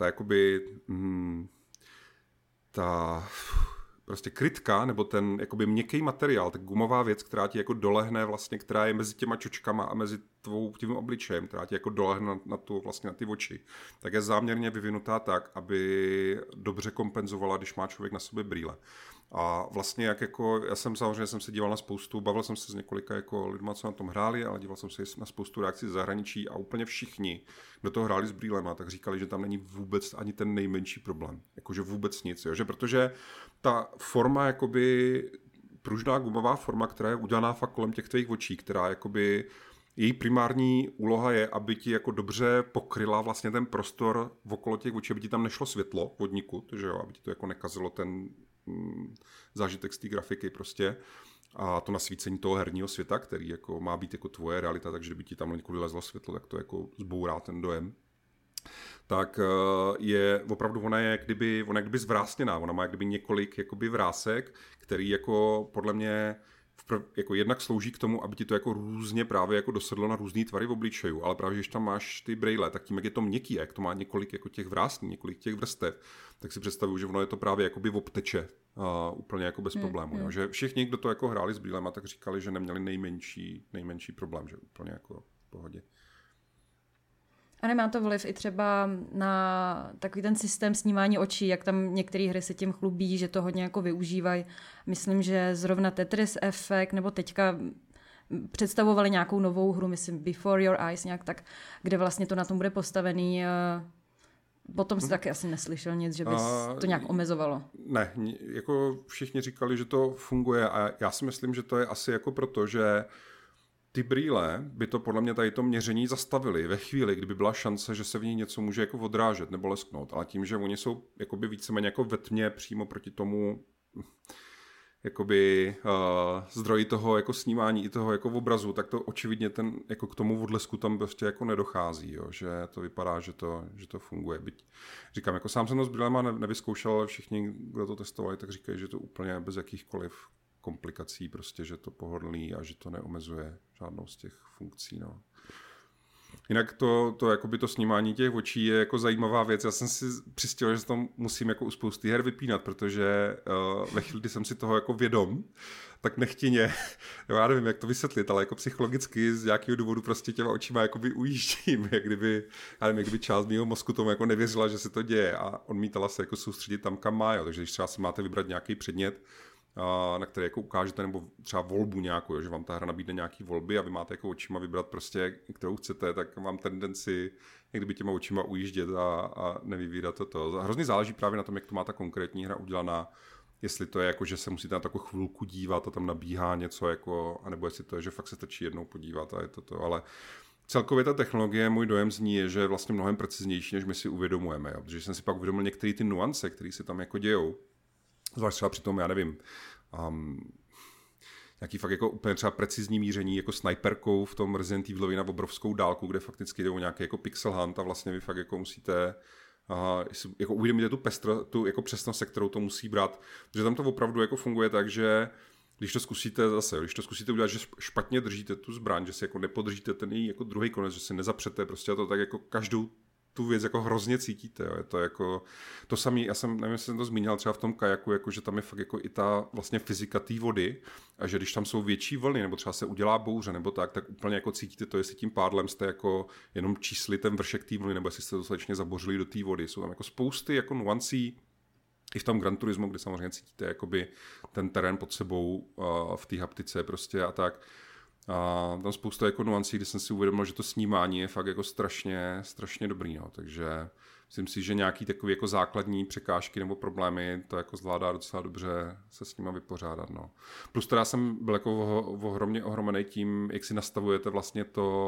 ta prostě krytka, nebo ten jakoby měkký materiál, tak gumová věc, která ti jako dolehne vlastně, která je mezi těma čočkama a mezi tím obličejem, která ti jako dolehne na ty oči, tak je záměrně vyvinutá tak, aby dobře kompenzovala, když má člověk na sobě brýle. A vlastně jak jako, já jsem samozřejmě jsem se díval na spoustu, bavil jsem se s několika jako lidma, co na tom hráli, ale díval jsem se na spoustu reakcí z zahraničí a úplně všichni, kdo to hráli s brýlema, tak říkali, že tam není vůbec ani ten nejmenší problém. Jakože vůbec nic, jo? Že protože ta forma, jakoby pružná gumová forma, která je udělaná fakt kolem těch tvých očí, která jakoby její primární úloha je, aby ti jako dobře pokryla vlastně ten prostor okolo těch očí, aby ti tam nešlo světlo vodníku, takže jo, aby ti to jako nekazilo ten zážitek z té grafiky prostě a to nasvícení toho herního světa, který jako má být jako tvoje realita, takže kdyby ti tam několik lezlo světlo, tak to jako zbourá ten dojem. Tak je opravdu, ona je kdyby zvrásněná, ona má jak kdyby několik jakoby vrásek, který jako podle mě jako jednak slouží k tomu, aby ti to jako různě právě jako dosedlo na různý tvary v obličeju, ale právě, když tam máš ty brejle, tak tím, jak je to měkký, jak to má několik jako těch vrásní, několik těch vrstev, tak si představuju, že ono je to právě jakoby obteče úplně jako bez problému. Jo? Že všichni, kdo to jako hráli s brýlema, tak říkali, že neměli nejmenší problém, že úplně jako v pohodě.
A nemá to vliv i třeba na takový ten systém snímání očí, jak tam některé hry se tím chlubí, že to hodně jako využívají. Myslím, že zrovna Tetris Effect, nebo teďka představovali nějakou novou hru, myslím Before Your Eyes, nějak tak, kde vlastně to na tom bude postavený. Potom jsi taky asi neslyšel nic, že bys to nějak omezovalo.
Ne, jako všichni říkali, že to funguje a já si myslím, že to je asi jako proto, že ty brýle by to podle mě tady to měření zastavili ve chvíli, kdyby byla šance, že se v ní něco může jako odrážet nebo lesknout. Ale tím, že oni jsou jakoby víceméně jako ve tmě přímo proti tomu jakoby zdroji toho jako snímání i toho jako obrazu, tak to očividně ten jako k tomu odlesku tam prostě jako nedochází, jo? Že to vypadá, že to funguje. Byť říkám, jako sám jsem to s brýlema nevyzkoušel, ale všichni, kdo to testovali, tak říkají, že to úplně bez jakýchkoliv komplikací, prostě, že to pohodlný a že to neomezuje žádnou z těch funkcí. No. Jinak to jakoby to snímání těch očí je jako zajímavá věc. Já jsem si přistěl, že to musím jako u spousty her vypínat, protože ve chvíli, kdy jsem si toho jako vědom, tak nechtěně, já nevím, jak to vysvětlit, ale jako psychologicky z nějakého důvodu prostě těma očima jakoby ujíždím, jak kdyby část mýho mozku tomu jako nevěřila, že se to děje a odmítala se jako soustředit tam, kam má, jo. Takže když třeba si máte vybrat nějaký předmět, na které jako ukážete, nebo třeba volbu nějakou, že vám ta hra nabídne nějaký volby a vy máte jako očima vybrat prostě, kterou chcete, tak mám tendenci někdyby těma očima ujíždět a nevyvídat to. Hrozně záleží právě na tom, jak to má ta konkrétní hra udělaná, jestli to je jako, že se musíte na takovou chvilku dívat a tam nabíhá něco jako, anebo jestli to je, že fakt se stačí jednou podívat a je to, ale celkově ta technologie, můj dojem z ní je, že je vlastně mnohem preciznější, než my si uvědomujeme, jo? Protože jsem si pak uvědomil některé ty nuance, které se tam jako dějou. Zvlášť třeba při tom, já nevím, nějaký fakt jako úplně třeba precizní míření jako snajperkou v tom Resident Evilovi na obrovskou dálku, kde fakticky jde o nějaký jako pixel hunt a vlastně vy fakt jako musíte jako uvědomíte tu jako přesnost, se kterou to musí brát, protože tam to opravdu jako funguje tak, že když to zkusíte udělat, že špatně držíte tu zbraň, že si jako nepodržíte ten její jako druhý konec, že si nezapřete prostě a to tak jako každou tu věc jako hrozně cítíte, jo. Je to jako to samý, já jsem, nevím, jestli jsem to zmínil třeba v tom kajaku, jako že tam je fakt jako i ta vlastně fyzika té vody a že když tam jsou větší vlny, nebo třeba se udělá bouře, nebo tak úplně jako cítíte to, jestli tím pádlem jste jako jenom čísli ten vršek té vlny, nebo jestli jste dostatečně zabořili do té vody. Jsou tam jako spousty jako nuancí i v tom Gran Turismo, kde samozřejmě cítíte jakoby ten terén pod sebou v té haptice prostě a tak. A tam spousta jako nuancí, kdy jsem si uvědomil, že to snímání je fakt jako strašně dobrý, no. Takže myslím si, že nějaký takový jako základní překážky nebo problémy to jako zvládá docela dobře se s nima vypořádat, no. Plus teda jsem byl jako ohromený tím, jak si nastavujete vlastně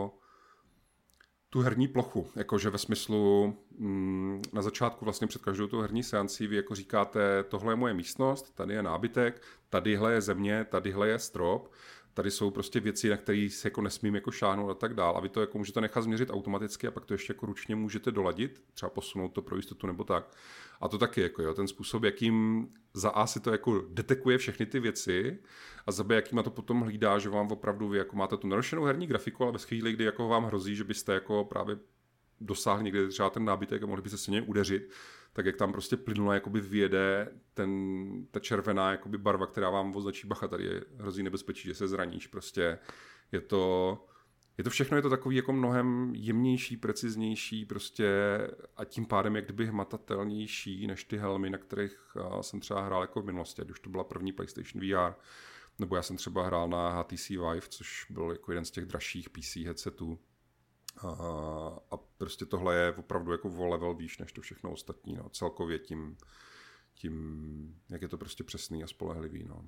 tu herní plochu, jakože ve smyslu na začátku vlastně před každou tu herní seancí vy jako říkáte, tohle je moje místnost, tady je nábytek, tadyhle je země, tadyhle je strop, tady jsou prostě věci, na které se jako nesmím jako šáhnout a tak dál. A vy to jako můžete nechat změřit automaticky a pak to ještě jako ručně můžete doladit, třeba posunout to pro jistotu nebo tak. A to taky jako jo, ten způsob, jakým za A si to jako detekuje všechny ty věci a za B, jakýma to potom hlídá, že vám opravdu vy jako máte tu narušenou herní grafiku, ale ve chvíli, kdy jako vám hrozí, že byste jako právě dosáhli někde třeba ten nábytek a mohli byste se něj udeřit, tak jak tam prostě plynule jakoby vyjede ta červená jakoby barva, která vám označí bacha, tady je hrozí nebezpečí, že se zraníš. Prostě je to je to takový jako mnohem jemnější, preciznější prostě a tím pádem jak kdyby hmatatelnější než ty helmy, na kterých jsem třeba hrál jako v minulosti, když to byla první PlayStation VR, nebo já jsem třeba hrál na HTC Vive, což byl jako jeden z těch dražších PC headsetů. A prostě tohle je opravdu jako o level výš než to všechno ostatní, no. Celkově tím, jak je to prostě přesný a spolehlivý, no.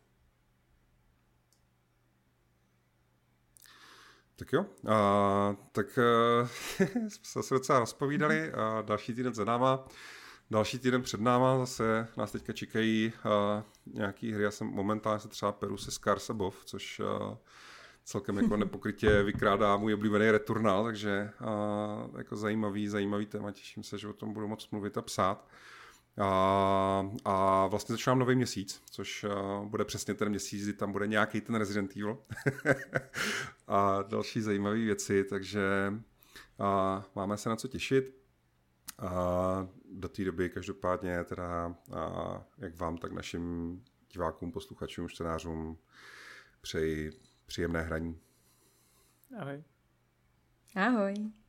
Tak jo, tak jsme se docela rozpovídali a další týden za náma. Další týden před náma zase nás teďka čekají nějaký hry. Já jsem momentálně se třeba peru se Scars Above, což celkem jako nepokrytě vykrádá můj oblíbený Returnal, takže jako zajímavý téma, těším se, že o tom budu moc mluvit a psát. A vlastně začínám nový měsíc, což bude přesně ten měsíc, kdy tam bude nějaký ten Resident Evil a další zajímavé věci, takže máme se na co těšit. A do té doby každopádně teda, jak vám, tak našim divákům, posluchačům, čtenářům přeji příjemné hraní.
Ahoj.
Ahoj.